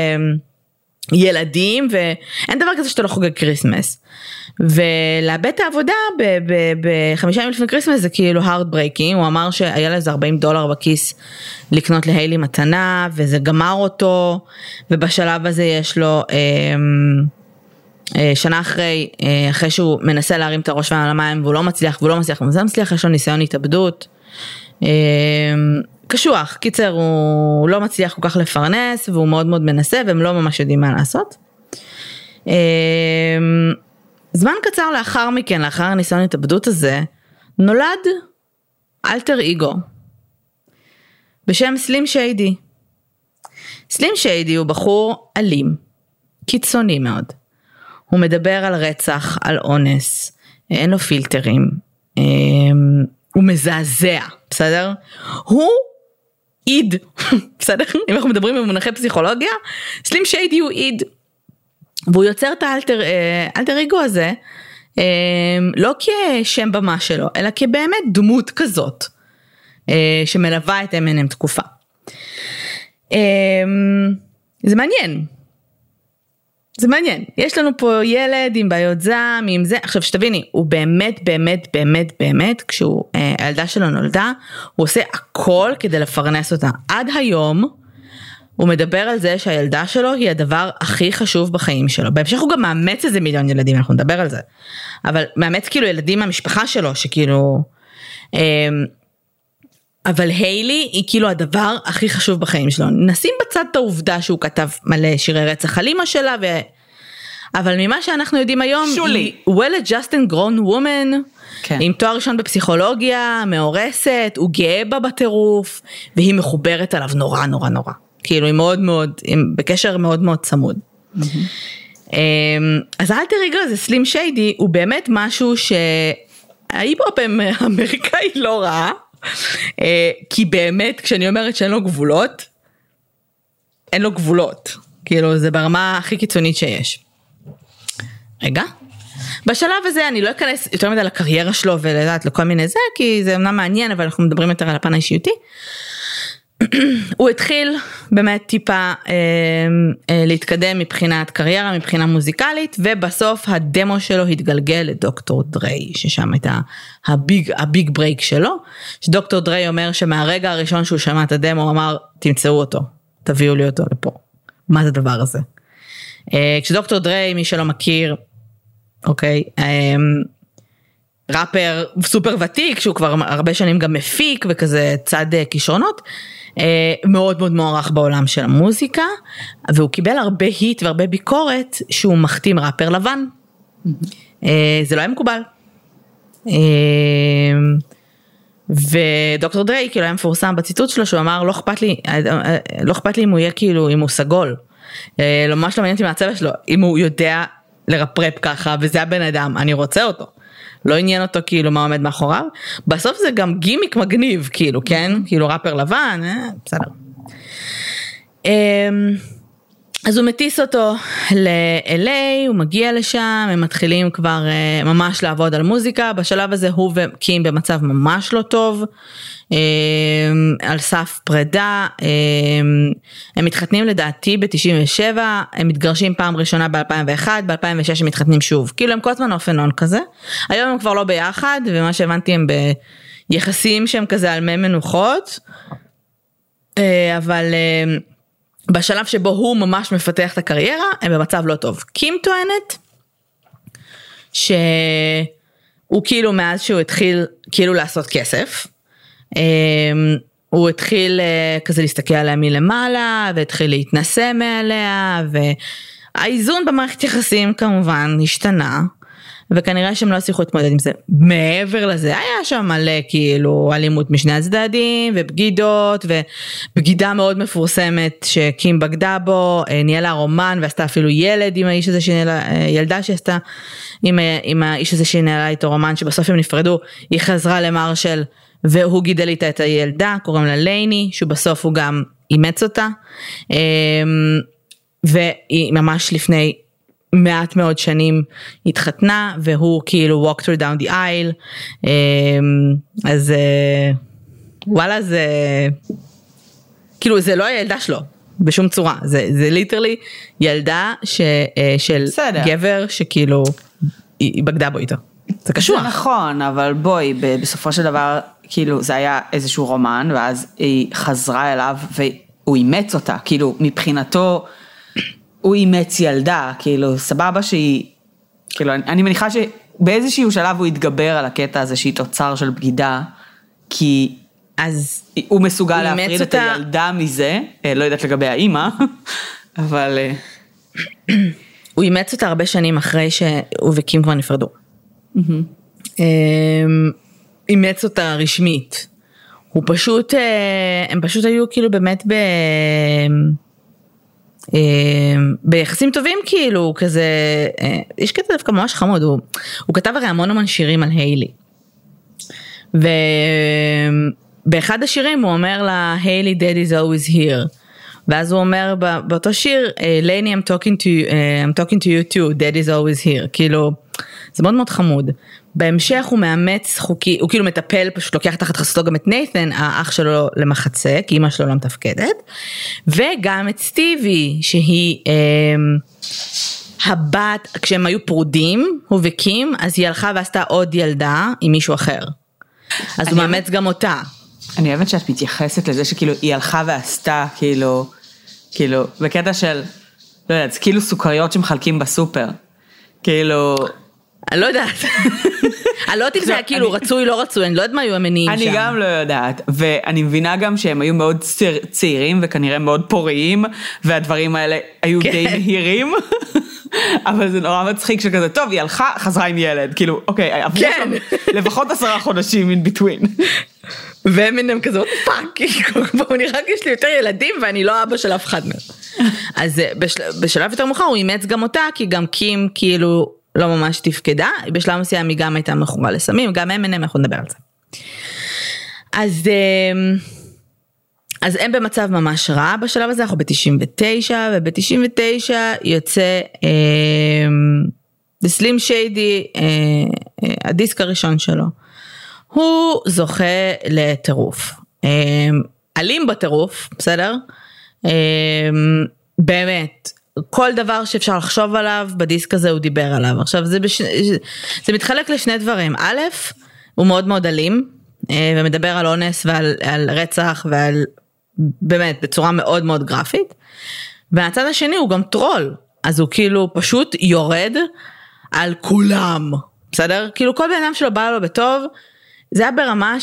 ילדים, ואין דבר כזה שאתה לא חוגג קריסמס, ולאבד את העבודה ב5 ימים לפני קריסמס זה כאילו heartbreaking. הוא אמר שהיה לה איזה $40 בכיס לקנות להיילי מתנה, וזה גמר אותו, ובשלב הזה יש לו שנה אחרי שהוא מנסה להרים את הראש על המים, והוא לא מצליח, יש לו ניסיון התאבדות, קשוח, קיצר הוא לא מצליח כל כך לפרנס, והוא מאוד מאוד מנסה, והם לא ממש יודעים מה לעשות. זמן קצר לאחר מכן, לאחר הניסיון התאבדות הזה, נולד אלטר אגו, בשם סלים שיידי. סלים שיידי הוא בחור אלים, קיצוני מאוד. הוא מדבר על רצח, על אונס, אין לו פילטרים, הוא מזעזע, בסדר? הוא איד, בסדר? אם אנחנו מדברים במונחי פסיכולוגיה, סלים שיידי הוא איד, והוא יוצר את האלטר אגו הזה, לא כשם במה שלו, אלא כבאמת דמות כזאת, שמלווה את M&M תקופה. זה מעניין. זה מעניין. יש לנו פה ילד עם בעיות זעם, עם זה. עכשיו שתביני, הוא באמת, כשהוא, הילדה שלו נולדה, הוא עושה הכל כדי לפרנס אותה. עד היום, הוא מדבר על זה שהילדה שלו היא הדבר הכי חשוב בחיים שלו. בהמשך הוא גם מאמץ איזה מיליון ילדים, אנחנו נדבר על זה. אבל מאמץ כאילו ילדים מהמשפחה שלו, שכאילו... אבל היילי היא כאילו הדבר הכי חשוב בחיים שלו. נשים בצד את העובדה שהוא כתב מלא שירי רצח על אמא שלה, אבל ממה שאנחנו יודעים היום, היא well adjusted grown woman, כן. עם תואר ראשון בפסיכולוגיה, מאורסת, הוא גאה בה בטירוף, והיא מחוברת עליו נורא. כאילו היא מאוד מאוד, בקשר מאוד מאוד צמוד. אז האלטר אגו הזה, סלים שיידי, הוא באמת משהו שההיפ-הופ האמריקאי לא רע, כי באמת כשאני אומרת שאין לו גבולות, אין לו גבולות, כאילו זה ברמה הכי קיצונית שיש. רגע, בשלב הזה אני לא אכנס יותר מדי לקריירה שלו ולדעת לכל מיני זה, כי זה אמנם מעניין, אבל אנחנו מדברים יותר על הפן האישיותי. הוא התחיל באמת טיפה להתקדם מבחינת קריירה, מבחינה מוזיקלית, ובסוף הדמו שלו התגלגל לדוקטור דריי, ששם הייתה הביג ברייק שלו, שדוקטור דריי אומר שמהרגע הראשון שהוא שמע את הדמו, הוא אמר, תמצאו אותו, תביאו לי אותו לפה. מה זה הדבר הזה? כשדוקטור דריי, מי שלא מכיר, אוקיי, ראפר סופר ותיק, שהוא כבר הרבה שנים גם מפיק, וכזה צד כישרונות, מאוד מאוד מוערך בעולם של המוזיקה, והוא קיבל הרבה היט והרבה ביקורת, שהוא מחתים ראפר לבן. זה לא היה מקובל. ודוקטור דריי, כאילו היה מפורסם בציטוט שלו, שהוא אמר, לא אכפת לי אם הוא יהיה כאילו, אם הוא סגול. ממש לא מעניין אותי מהצבע שלו, אם הוא יודע לרפרפ ככה, וזה הבן אדם, אני רוצה אותו. לא עניין אותו כאילו מה עומד מאחוריו, בסוף זה גם גימיק מגניב, כאילו, כן? כאילו ראפר לבן, בסדר. אז הוא מטיס אותו ל-LA, הוא מגיע לשם, הם מתחילים כבר ממש לעבוד על מוזיקה, בשלב הזה הוא וקים במצב ממש לא טוב, על סף פרידה, הם מתחתנים לדעתי ב-97, הם מתגרשים פעם ראשונה ב-2001, ב-2006 הם מתחתנים שוב, כאילו הם כל הזמן אופנון כזה, היום הם כבר לא ביחד, ומה שהבנתי הם ביחסים שהם כזה על מי מנוחות, אבל בשלב שבו הוא ממש מפתח את הקריירה, הם במצב לא טוב. קים טוענת, שהוא כאילו מאז שהוא התחיל כאילו לעשות כסף, הוא התחיל כזה להסתכל עליה מלמעלה, והתחיל להתנסה מעליה, והאיזון במערכת יחסים כמובן השתנה, וכנראה שהם לא הצליחו להתמודד עם זה. מעבר לזה, היה שם מלא כאילו אלימות משני הצדדים, ובגידות, ובגידה מאוד מפורסמת שקים בגדה בו, ניהלה רומן, ועשתה אפילו ילד עם האיש הזה ילדה שעשתה עם האיש הזה שניהלה איתו רומן, שבסוף הם נפרדו, היא חזרה למרשל, והוא גידל איתה את הילדה, קוראים לה לייני, שבסוף הוא גם אימץ אותה, והיא ממש לפני מעט מאוד שנים התחתנה, והוא כאילו walked her down the aisle, אז וואלה זה, כאילו זה לא הילדה שלו, בשום צורה, זה ליטרלי ילדה של גבר שכאילו היא בגדה בו איתו. זה קשוח. זה נכון, אבל בואי, בסופו של דבר, כאילו זה היה איזשהו רומן, ואז היא חזרה אליו, והוא אימץ אותה, כאילו מבחינתו, הוא אימץ ילדה, כאילו סבבה שהיא, כאילו אני מניחה שבאיזשהו שלב הוא יתגבר על הקטע הזה שהיא תוצר של בגידה, כי אז הוא מסוגל להפריד את הילדה מזה, לא יודעת לגבי האמא, אבל... הוא אימץ אותה הרבה שנים אחרי שהוא וקים כבר נפרדו. אימץ אותה רשמית. הוא פשוט, הם פשוט היו כאילו באמת ביחסים טובים כאילו, כזה, יש כזה דווקא ממש חמוד, הוא כתב הרי המון שירים על היילי. ובאחד השירים הוא אומר לה, היילי dad is always here. ואז הוא אומר באותו שיר, לייני, I'm talking to you too, dad is always here. כאילו, זה מאוד מאוד חמוד. בהמשך הוא מאמץ חוקי, הוא כאילו מטפל, פשוט לוקח תחת חסותו גם את נייתן, האח שלו למחצה, כי אמא שלו לא מתפקדת, וגם את סטיבי, שהיא הבת, כשהם היו פרודים, הוא וקים, אז היא הלכה ועשתה עוד ילדה עם מישהו אחר. אז הוא מאמץ גם אותה. אני אוהבת שאת מתייחסת לזה שכאילו היא הלכה ועשתה, כאילו, בקטע של, לא יודעת, כאילו סוכריות שמחלקים בסופר. כאילו... אני לא יודעת. אני לא יודעת אם זה היה כאילו רצוי, לא רצוי, אני לא יודעת מה היו המניעים שם. אני גם לא יודעת, ואני מבינה גם שהם היו מאוד צעירים, וכנראה מאוד פוריים, והדברים האלה היו די מהירים, אבל זה נורא מצחיק שכזה, טוב, היא הלכה, חזרה עם ילד, כאילו, אוקיי, עברו שם לפחות 10 חודשים in between. והם כזה, פאק, הוא נראה יש לי יותר ילדים, ואני לא אבא של אף אחד מהם. אז בשלב יותר מאוחר, הוא אימץ גם אותה, כי גם קים, כאילו, לא ממש תפקדה, בשלב מסוים היא גם הייתה מכורה לסמים, גם הם אנחנו נדבר על זה. אז הם במצב ממש רע בשלב הזה, אנחנו ב-99, וב-99 יוצא The Slim Shady, הדיסק הראשון שלו. הוא זוכה לטירוף. אלים בטירוף, בסדר? באמת. כל דבר שאפשר לחשוב עליו, בדיסק הזה הוא דיבר עליו. עכשיו, זה מתחלק לשני דברים. א', הוא מאוד מאוד אלים, ומדבר על אונס ועל רצח, ועל, באמת, בצורה מאוד מאוד גרפית. והצד השני הוא גם טרול. אז הוא כאילו פשוט יורד על כולם. בסדר? כאילו כל בן אדם שלו בא לו בטוב, זה היה ברמה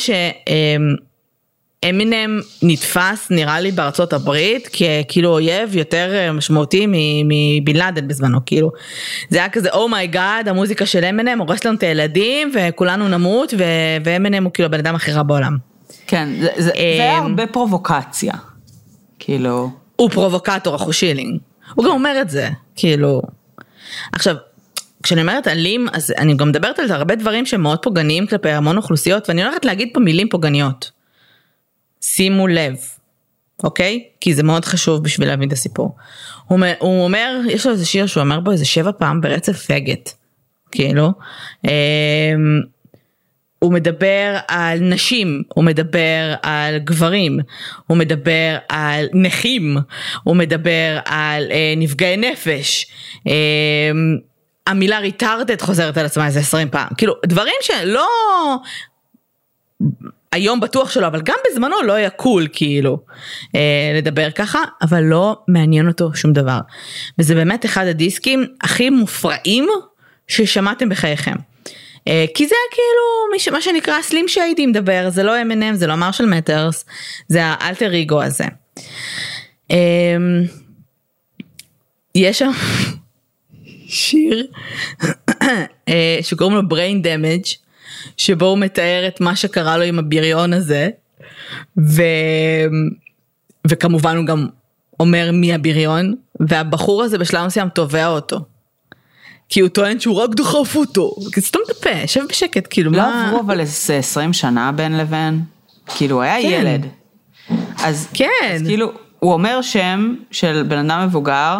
אמינם נתפס נראה לי בארצות הברית כאילו אויב יותר משמעותי מבן לאדן בזמנו, כאילו זה היה כזה אומייגאד, המוזיקה של אמינם הורס לנו את הילדים וכולנו נמות, ואמינם הוא כאילו הבן אדם הכי רע בעולם. כן, זה היה הרבה פרובוקציה, כאילו הוא פרובוקטור, אחו שילינג, הוא גם אומר את זה, כאילו עכשיו כשאני אומרת אלים, אז אני גם מדברת על זה הרבה דברים שהם מאוד פוגעניים כלפי המון אוכלוסיות, ואני הולכת להגיד פה מילים פוגעניות. שימו לב, אוקיי? כי זה מאוד חשוב בשביל להבין את הסיפור. הוא אומר, יש לו איזה שיר שהוא אומר בו איזה 7 פעם ברצף פגט, כאילו. הוא מדבר על נשים, הוא מדבר על גברים, הוא מדבר על נכים, הוא מדבר על נפגעי נפש, המילה ריטרדד חוזרת על עצמה איזה 20 פעם, כאילו דברים שלא היום בטוח שלו, אבל גם בזמנו לא היה קול כאילו לדבר ככה, אבל לא מעניין אותו שום דבר, וזה באמת אחד הדיסקים הכי מופרעים ששמעתם בחייכם, כי זה כאילו מה שנקרא סלים שיידי מדבר, זה לא M&M, זה לא מרשל מטרס, זה האלטר איגו הזה. יש שם שיר שקוראים לו Brain Damage, שבו הוא מתאר את מה שקרה לו עם הבריון הזה, וכמובן הוא גם אומר מי הבריון, והבחור הזה בשלב מסוים תובע אותו, כי הוא טוען שהוא רק דחף אותו, כי סתום את הפה, שב בשקט, כאילו לא מה... עברו אבל איזה 20 שנה בין לבין, כאילו הוא היה ילד, אז כאילו הוא אומר שם של בן אדם מבוגר,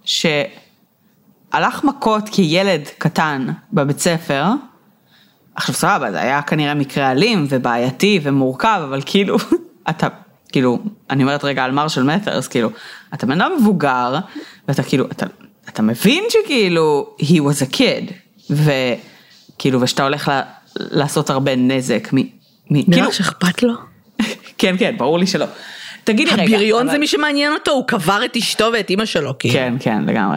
שהלך מכות כילד קטן בבית ספר, עכשיו סבבה, זה היה כנראה מקרה אלים ובעייתי ומורכב, אבל כאילו, אתה, כאילו, אני אומרת רגע על מרשל מטרס, כאילו, אתה בן אדם מבוגר, ואתה כאילו, אתה מבין שכאילו, he was a kid, וכאילו, ושאתה הולך לעשות הרבה נזק, נראה שאכפת לו? כן, כן, ברור לי שלא. תגידי רגע. הבריון זה מי שמעניין אותו, הוא קבר את אשתו ואת אמא שלו, כאילו. כן, כן, לגמרי.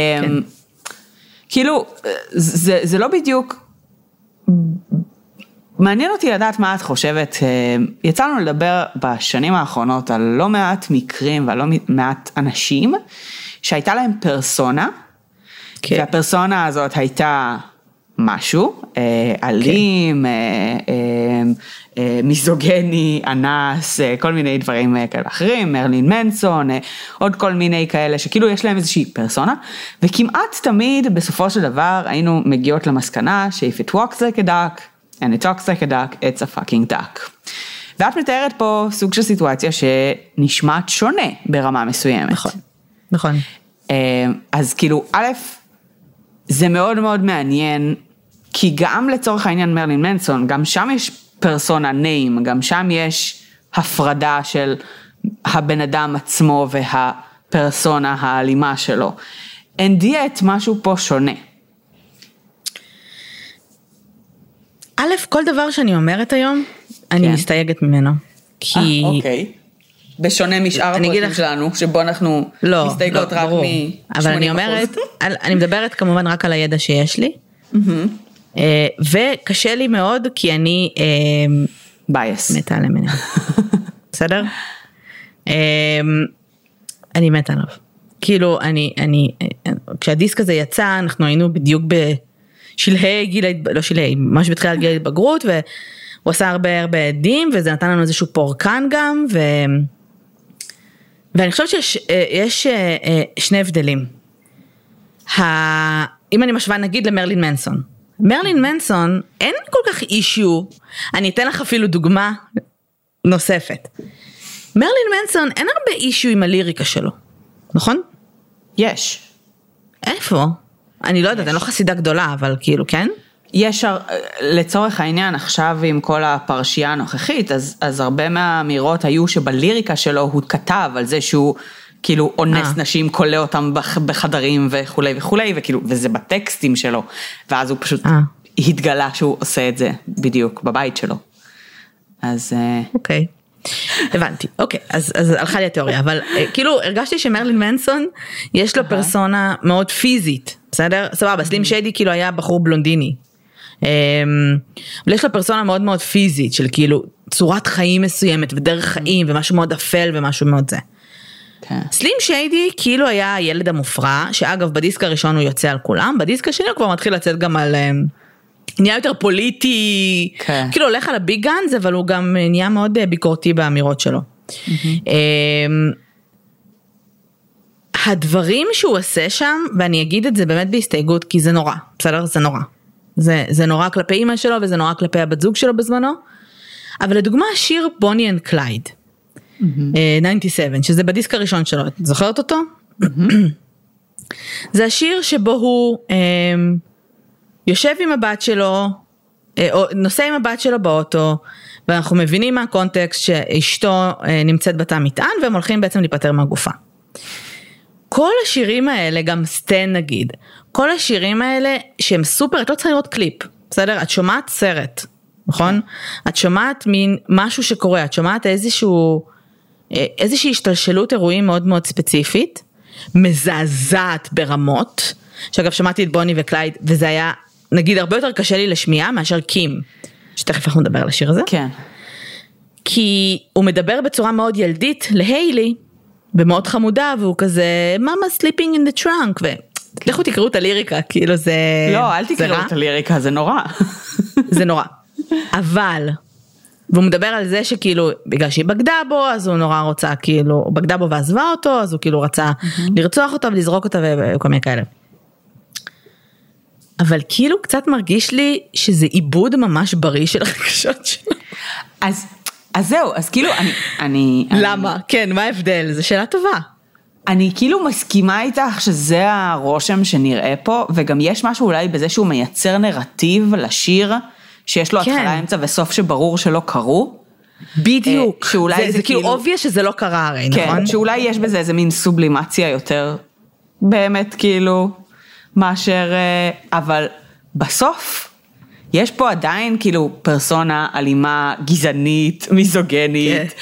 כאילו, זה לא בדיוק, מעניין אותי לדעת מה את חושבת, יצא לנו לדבר בשנים האחרונות על לא מעט מקרים ועל לא מעט אנשים, שהייתה להם פרסונה, כן. והפרסונה הזאת הייתה משהו, אלים, מיזוגני, אנס, כל מיני דברים כאלה אחרים, מרלין מנסון, עוד כל מיני כאלה שכאילו יש להם איזושהי פרסונה, וכמעט תמיד בסופו של דבר היינו מגיעות למסקנה ש-if it walks like a duck, and it talks like a duck, it's a fucking duck. ואת מתארת פה סוג של סיטואציה שנשמעת שונה ברמה מסוימת. נכון, נכון. אז כאילו, א', זה מאוד מאוד מעניין, כי גם לצורך העניין מרלין מנסון, גם שם יש פרסונה ניים, גם שם יש הפרדה של הבן אדם עצמו והפרסונה האלימה שלו. אין דיאט משהו פה שונה. א', כל דבר שאני אומרת היום, אני מסתייגת ממנו. כי... אוקיי. בשונה משאר הפרקים שלנו, שבו אנחנו מסתייגות רק מ-80%. אבל אני אומרת, אני מדברת כמובן רק על הידע שיש לי, וקשה לי מאוד, כי אני בייס. מתה עליהם. בסדר? אני מתה עליו. כאילו, כשהדיסק הזה יצא, אנחנו היינו בדיוק בשלהי גיל, לא שלהי, ממש בתחילת גיל ההתבגרות, והוא עשה הרבה עדים, וזה נתן לנו איזשהו פורקן גם, ואני חושבת שיש שני הבדלים. אם אני משווה נגיד למרלין מנסון. מרלין מנסון אין כל כך אישיו, אני אתן לך אפילו דוגמה נוספת. מרלין מנסון אין הרבה אישיו עם הליריקה שלו, נכון? יש. איפה? אני לא יודעת, אני לא חסידה גדולה, אבל כאילו, כן? יש, לצורך העניין, עכשיו עם כל הפרשייה הנוכחית, אז הרבה מהאמירות היו שבליריקה שלו הוא כתב על זה שהוא כאילו אונס נשים, קולה אותם בחדרים וכו' וכו', וכאילו, וזה בטקסטים שלו, ואז הוא פשוט התגלה שהוא עושה את זה בדיוק בבית שלו. אז... אוקיי. הבנתי, אוקיי, אז הלכה לי התיאוריה, אבל כאילו הרגשתי שמרלין מנסון יש לו פרסונה מאוד פיזית, בסדר? סבבה, סלים שיידי כאילו היה בחור בלונדיני, אבל יש לו פרסונה מאוד מאוד פיזית, של כאילו צורת חיים מסוימת ודרך חיים ומשהו מאוד אפל ומשהו מאוד זה. סלים שיידי כאילו היה הילד המופרע, שאגב בדיסק הראשון הוא יוצא על כולם, בדיסק השני הוא כבר מתחיל לצאת גם על... נהיה יותר פוליטי, כאילו הולך על הביג גאנז, אבל הוא גם נהיה מאוד ביקורתי באמירות שלו. הדברים שהוא עושה שם, ואני אגיד את זה באמת בהסתייגות, כי זה נורא, בסדר? זה נורא. זה נורא כלפי אמא שלו, וזה נורא כלפי הבת זוג שלו בזמנו. אבל לדוגמה, השיר בוני אנד קלייד, 97, שזה בדיסק הראשון שלו, את זוכרת אותו? זה השיר שבו הוא... יושב עם הבת שלו, או נוסע עם הבת שלו באוטו, ואנחנו מבינים מהקונטקסט שאשתו נמצאת בתא מטען, והם הולכים בעצם להיפטר מהגופה. כל השירים האלה, גם סטן נגיד, כל השירים האלה שהם סופר, את לא צריכה לראות קליפ, בסדר? את שומעת סרט, נכון? את שומעת מין משהו שקורה, את שומעת איזושהי השתלשלות אירועים מאוד מאוד ספציפית, מזעזעת ברמות, שאגב שמעתי את בוני וקלייד, וזה היה, נגיד, הרבה יותר קשה לי לשמיעה מאשר קים, שתכף אנחנו נדבר על השיר הזה. כן. כי הוא מדבר בצורה מאוד ילדית להיילי, ומאוד חמודה, והוא כזה, Mama sleeping in the trunk, ולכו תקראו את הליריקה, כאילו זה... לא, אל תקראו את הליריקה, זה נורא. זה נורא. אבל, והוא מדבר על זה שכאילו, בגלל שהיא בגדה בו, אז הוא נורא רוצה, כאילו, הוא בגדה בו ועזבה אותו, אז הוא כאילו רצה לרצוח אותה ולזרוק אותה וכל מיני כאלה. אבל כאילו קצת מרגיש לי שזה עיבוד ממש בריא של הרגשות שלו. אז זהו, אז כאילו אני... למה? כן, מה ההבדל? זו שאלה טובה. אני כאילו מסכימה איתך שזה הרושם שנראה פה, וגם יש משהו אולי בזה שהוא מייצר נרטיב לשיר, שיש לו התחלה, אמצע וסוף שברור שלא קרו. בדיוק. זה כאילו אוביה שזה לא קרה הרי, נכון? כן, שאולי יש בזה איזה מין סובלימציה יותר, באמת כאילו... מאשר, אבל בסוף, יש פה עדיין כאילו פרסונה אלימה, גזענית, מיזוגנית,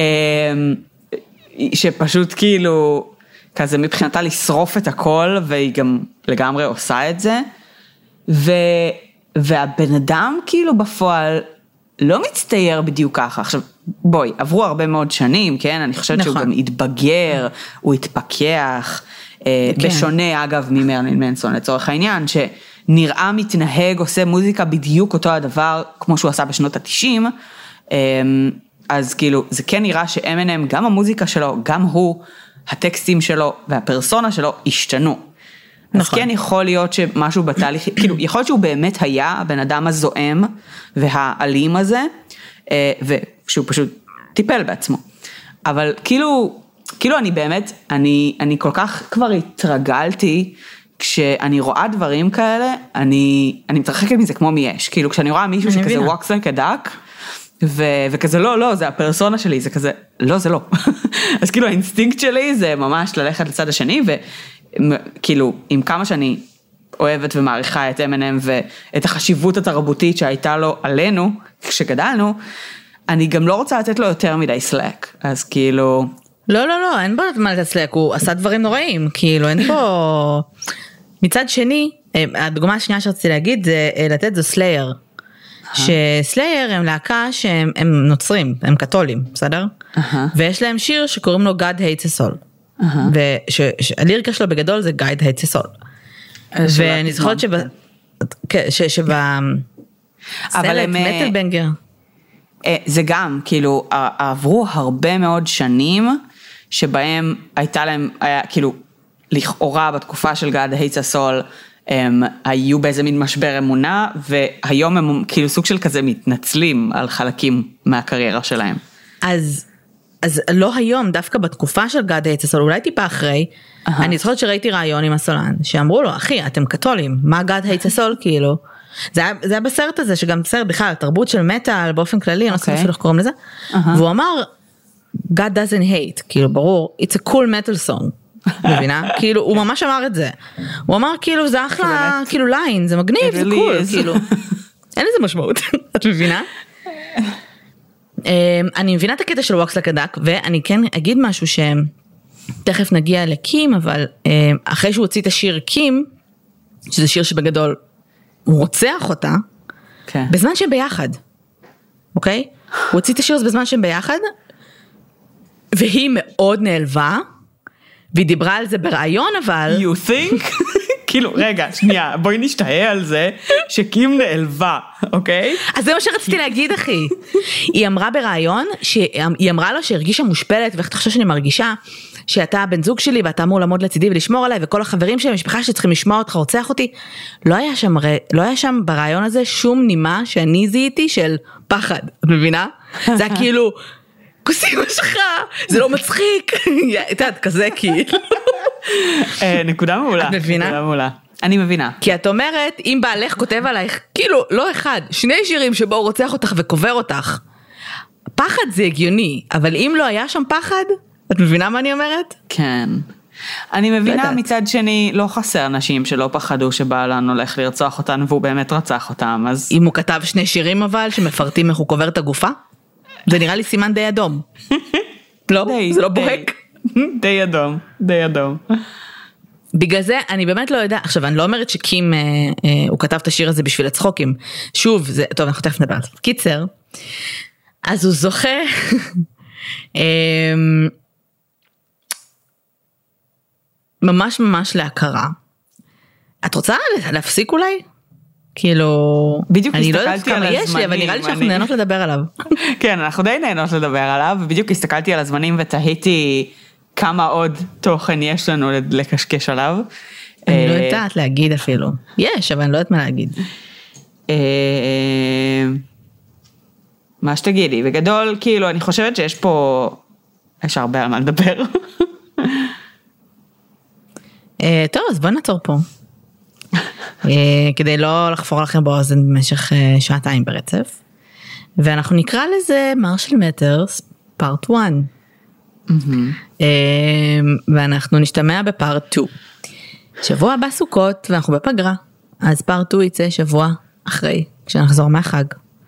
שפשוט כאילו, כזה מבחינתה לשרוף את הכל, והיא גם לגמרי עושה את זה, והבן אדם כאילו בפועל, לא מצטייר בדיוק ככה. עכשיו, בואי, עברו הרבה מאוד שנים, כן? אני חושבת שהוא גם התבגר, הוא התפכח, בשונה אגב ממרלין מנסון לצורך העניין, שנראה מתנהג, עושה מוזיקה בדיוק אותו הדבר, כמו שהוא עשה בשנות ה-90, אז כאילו, זה כן נראה שאמינם, גם המוזיקה שלו, גם הוא, הטקסטים שלו והפרסונה שלו השתנו. אז כן יכול להיות שמשהו בתהליך, כאילו יכול להיות שהוא באמת היה הבן אדם הזועם והאלים הזה, ושהוא פשוט טיפל בעצמו. אבל כאילו אני באמת, אני כל כך כבר התרגלתי, כשאני רואה דברים כאלה, אני מתרחקת מזה כמו מייש. כאילו כשאני רואה מישהו שכזה walks like a duck, וכזה לא, זה הפרסונה שלי, זה כזה, לא, זה לא. אז כאילו האינסטינקט שלי זה ממש ללכת לצד השני, וכאילו עם כמה שאני אוהבת ומעריכה את אמינם, ואת החשיבות התרבותית שהייתה לו עלינו, כשגדלנו, אני גם לא רוצה לתת לו יותר מדי סלאק, אז כאילו... לא, אין בו מה לתת סלאק, הוא עשה דברים נוראים, כאילו אין פה... מצד שני, הדוגמה השנייה שרציתי להגיד, זה לתת זו סלייר. שסלייר הם להקה שהם נוצרים, הם קתולים, בסדר? ויש להם שיר שקוראים לו God Hates a Soul. והליריקה שלו בגדול זה God Hates a Soul. ואני זוכרת סלט מטל בנגר. זה גם, כאילו, עברו הרבה מאוד שנים, שבהם הייתה להם, כאילו, לכאורה בתקופה של God Hates a Soul, הם היו באיזה מין משבר אמונה, והיום הם כאילו סוג של כזה מתנצלים על חלקים מהקריירה שלהם. אז לא היום, דווקא בתקופה של God Hates a Soul, אולי טיפה אחרי, אני זוכרת שראיתי רעיון עם הסולן, שאמרו לו, אחי, אתם קתולים, מה God Hates a Soul כאילו? זה היה בסרט הזה, שגם סרט בכלל, התרבות של מטל באופן כללי, אני לא חושבת איך קוראים לזה, והוא אמר, God doesn't hate, כאילו ברור, it's a cool metal song. מבינה? כאילו, הוא ממש אמר את זה. הוא אמר, כאילו, זה אחלה, כאילו, ליין, זה מגניב, זה קול, כאילו. אין לזה משמעות, את מבינה? אני מבינה את הקטע של ווקס לקדק, ואני כן אגיד משהו שתכף נגיע לקים, אבל אחרי שהוא הוציא את השיר קים, שזה שיר שבגדול הוא רוצח אותה, בזמן שהם ביחד. אוקיי? הוא הוציא את השיר הזה בזמן שהם ביחד, והיא מאוד נעלבה, והיא דיברה על זה ברעיון, אבל... You think? כאילו, רגע, שנייה, בואי נשתהה על זה, שקים נעלבה, אוקיי? אז זה מה שרציתי להגיד, אחי. היא אמרה ברעיון, היא אמרה לו שהרגישה מושפלת, ואיך אתה חושב שאני מרגישה, שאתה בן זוג שלי, ואתה אמור לעמוד לצידי ולשמור עליי, וכל החברים שלי, המשפחה שצריכים לשמוע אותך, רוצח אותי. לא היה שם ברעיון הזה שום נימה שאני זיהיתי של פחד, את מבינה? זה היה כאילו... כוסים שלך, זה לא מצחיק, את יודעת, כזה כאילו. נקודה מעולה. את מבינה? אני מבינה. כי את אומרת, אם בעלך כותב עלייך, כאילו, לא אחד, שני שירים שבו הוא רוצח אותך וקובר אותך, פחד זה הגיוני, אבל אם לא היה שם פחד, את מבינה מה אני אומרת? כן. אני מבינה מצד שני, לא חסר אנשים שלא פחדו שבעלן הולך לרצוח אותן, והוא באמת רצח אותם, אז... אם הוא כתב שני שירים אבל, שמפרטים איך הוא קובר את הגופה? זה נראה לי סימן די אדום. לא, זה לא בוהק. די אדום. בגלל זה אני באמת לא יודעת, עכשיו אני לא אומרת שקים, הוא כתב את השיר הזה בשביל הצחוקים. שוב, זה, טוב, אנחנו תכף נדבר על זה. קיצר, אז הוא זוכה, ממש ממש להכרה. את רוצה להפסיק אולי? כאילו, בדיוק אני לא יודעת כמה יש לי, אבל נראה לי שאנחנו נהנות לדבר עליו. כן, אנחנו די נהנות לדבר עליו, ובדיוק הסתכלתי על הזמנים ותהיתי כמה עוד תוכן יש לנו לקשקש עליו. אני לא יודעת להגיד אפילו. יש, אבל אני לא יודעת מה להגיד. מה שתגידי, בגדול, כאילו, אני חושבת שיש פה, יש הרבה על מה לדבר. טוב, אז בוא נעצור פה. כדי לא לחפור לכם באוזן במשך שעתיים ברצף, ואנחנו נקרא לזה מרשל מטרס פארט 1, ואנחנו נשתמע בפארט 2. שבוע הבא סוכות ואנחנו בפגרה, אז פארט 2 יצא שבוע אחרי, כשנחזור מהחג.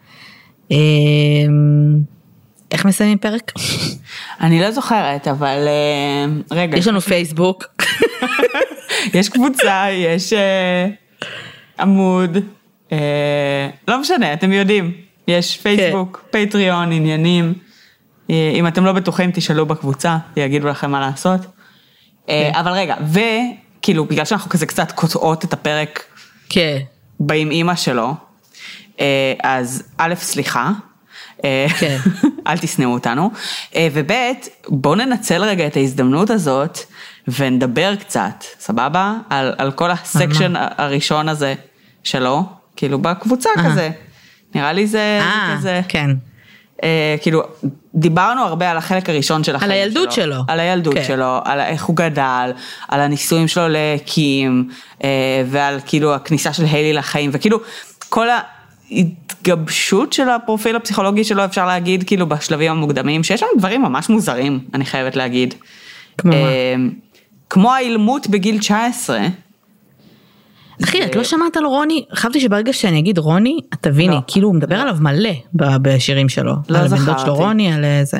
איך מסיימים פרק? אני לא זוכרת, אבל רגע. יש לנו פייסבוק. יש קבוצה, יש עמוד, לא משנה, אתם יודעים. יש פייסבוק, פטריון, עניינים. אם אתם לא בטוחים, תשאלו בקבוצה, יגידו לכם מה לעשות. אבל רגע, וכאילו, בגלל שאנחנו כזה קצת קוטעות את הפרק, באים אמא שלו, אז א', סליחה, אל תסנאו אותנו, וב', בואו ננצל רגע את ההזדמנות הזאת, ונדבר קצת, סבבה? על כל הסקשן הראשון הזה שלו, כאילו בקבוצה כזה. נראה לי זה כזה. כן. כאילו, דיברנו הרבה על החלק הראשון של החיים שלו. על הילדות שלו. על הילדות שלו, על איך הוא גדל, על הניסויים שלו לקים, ועל כאילו הכניסה של היילי לחיים, וכאילו כל ההתגבשות של הפרופיל הפסיכולוגי שלו, אפשר להגיד, כאילו בשלבים המוקדמים, שיש שם דברים ממש מוזרים, אני חייבת להגיד. כמו מה? כמו האילמות בגיל 19. אחי, את לא שמעת על רוני? חשבתי שברגע שאני אגיד רוני, את תביני, כאילו הוא מדבר עליו מלא בשירים שלו. לא זכרתי. על הבן דוד שלו רוני, על זה.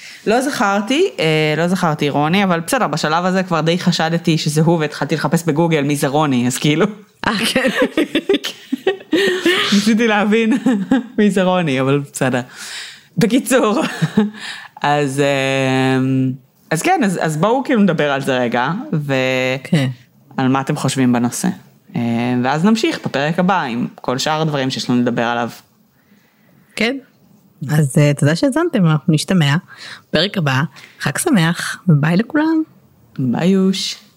לא זכרתי רוני, אבל בסדר, בשלב הזה כבר די חשדתי שזה הוא, והתחלתי לחפש בגוגל מי זה רוני, אז כאילו. כן. ניסיתי להבין מי זה רוני, אבל בסדר. בקיצור, אז כן, אז בואו כאילו נדבר על זה רגע, ועל מה אתם חושבים בנושא. ואז נמשיך בפרק הבא עם כל שאר הדברים שיש לנו לדבר עליו. כן. אז תודה שהזנתם, אנחנו נשתמע. פרק הבא, חג שמח, וביי לכולם. ביי יוש.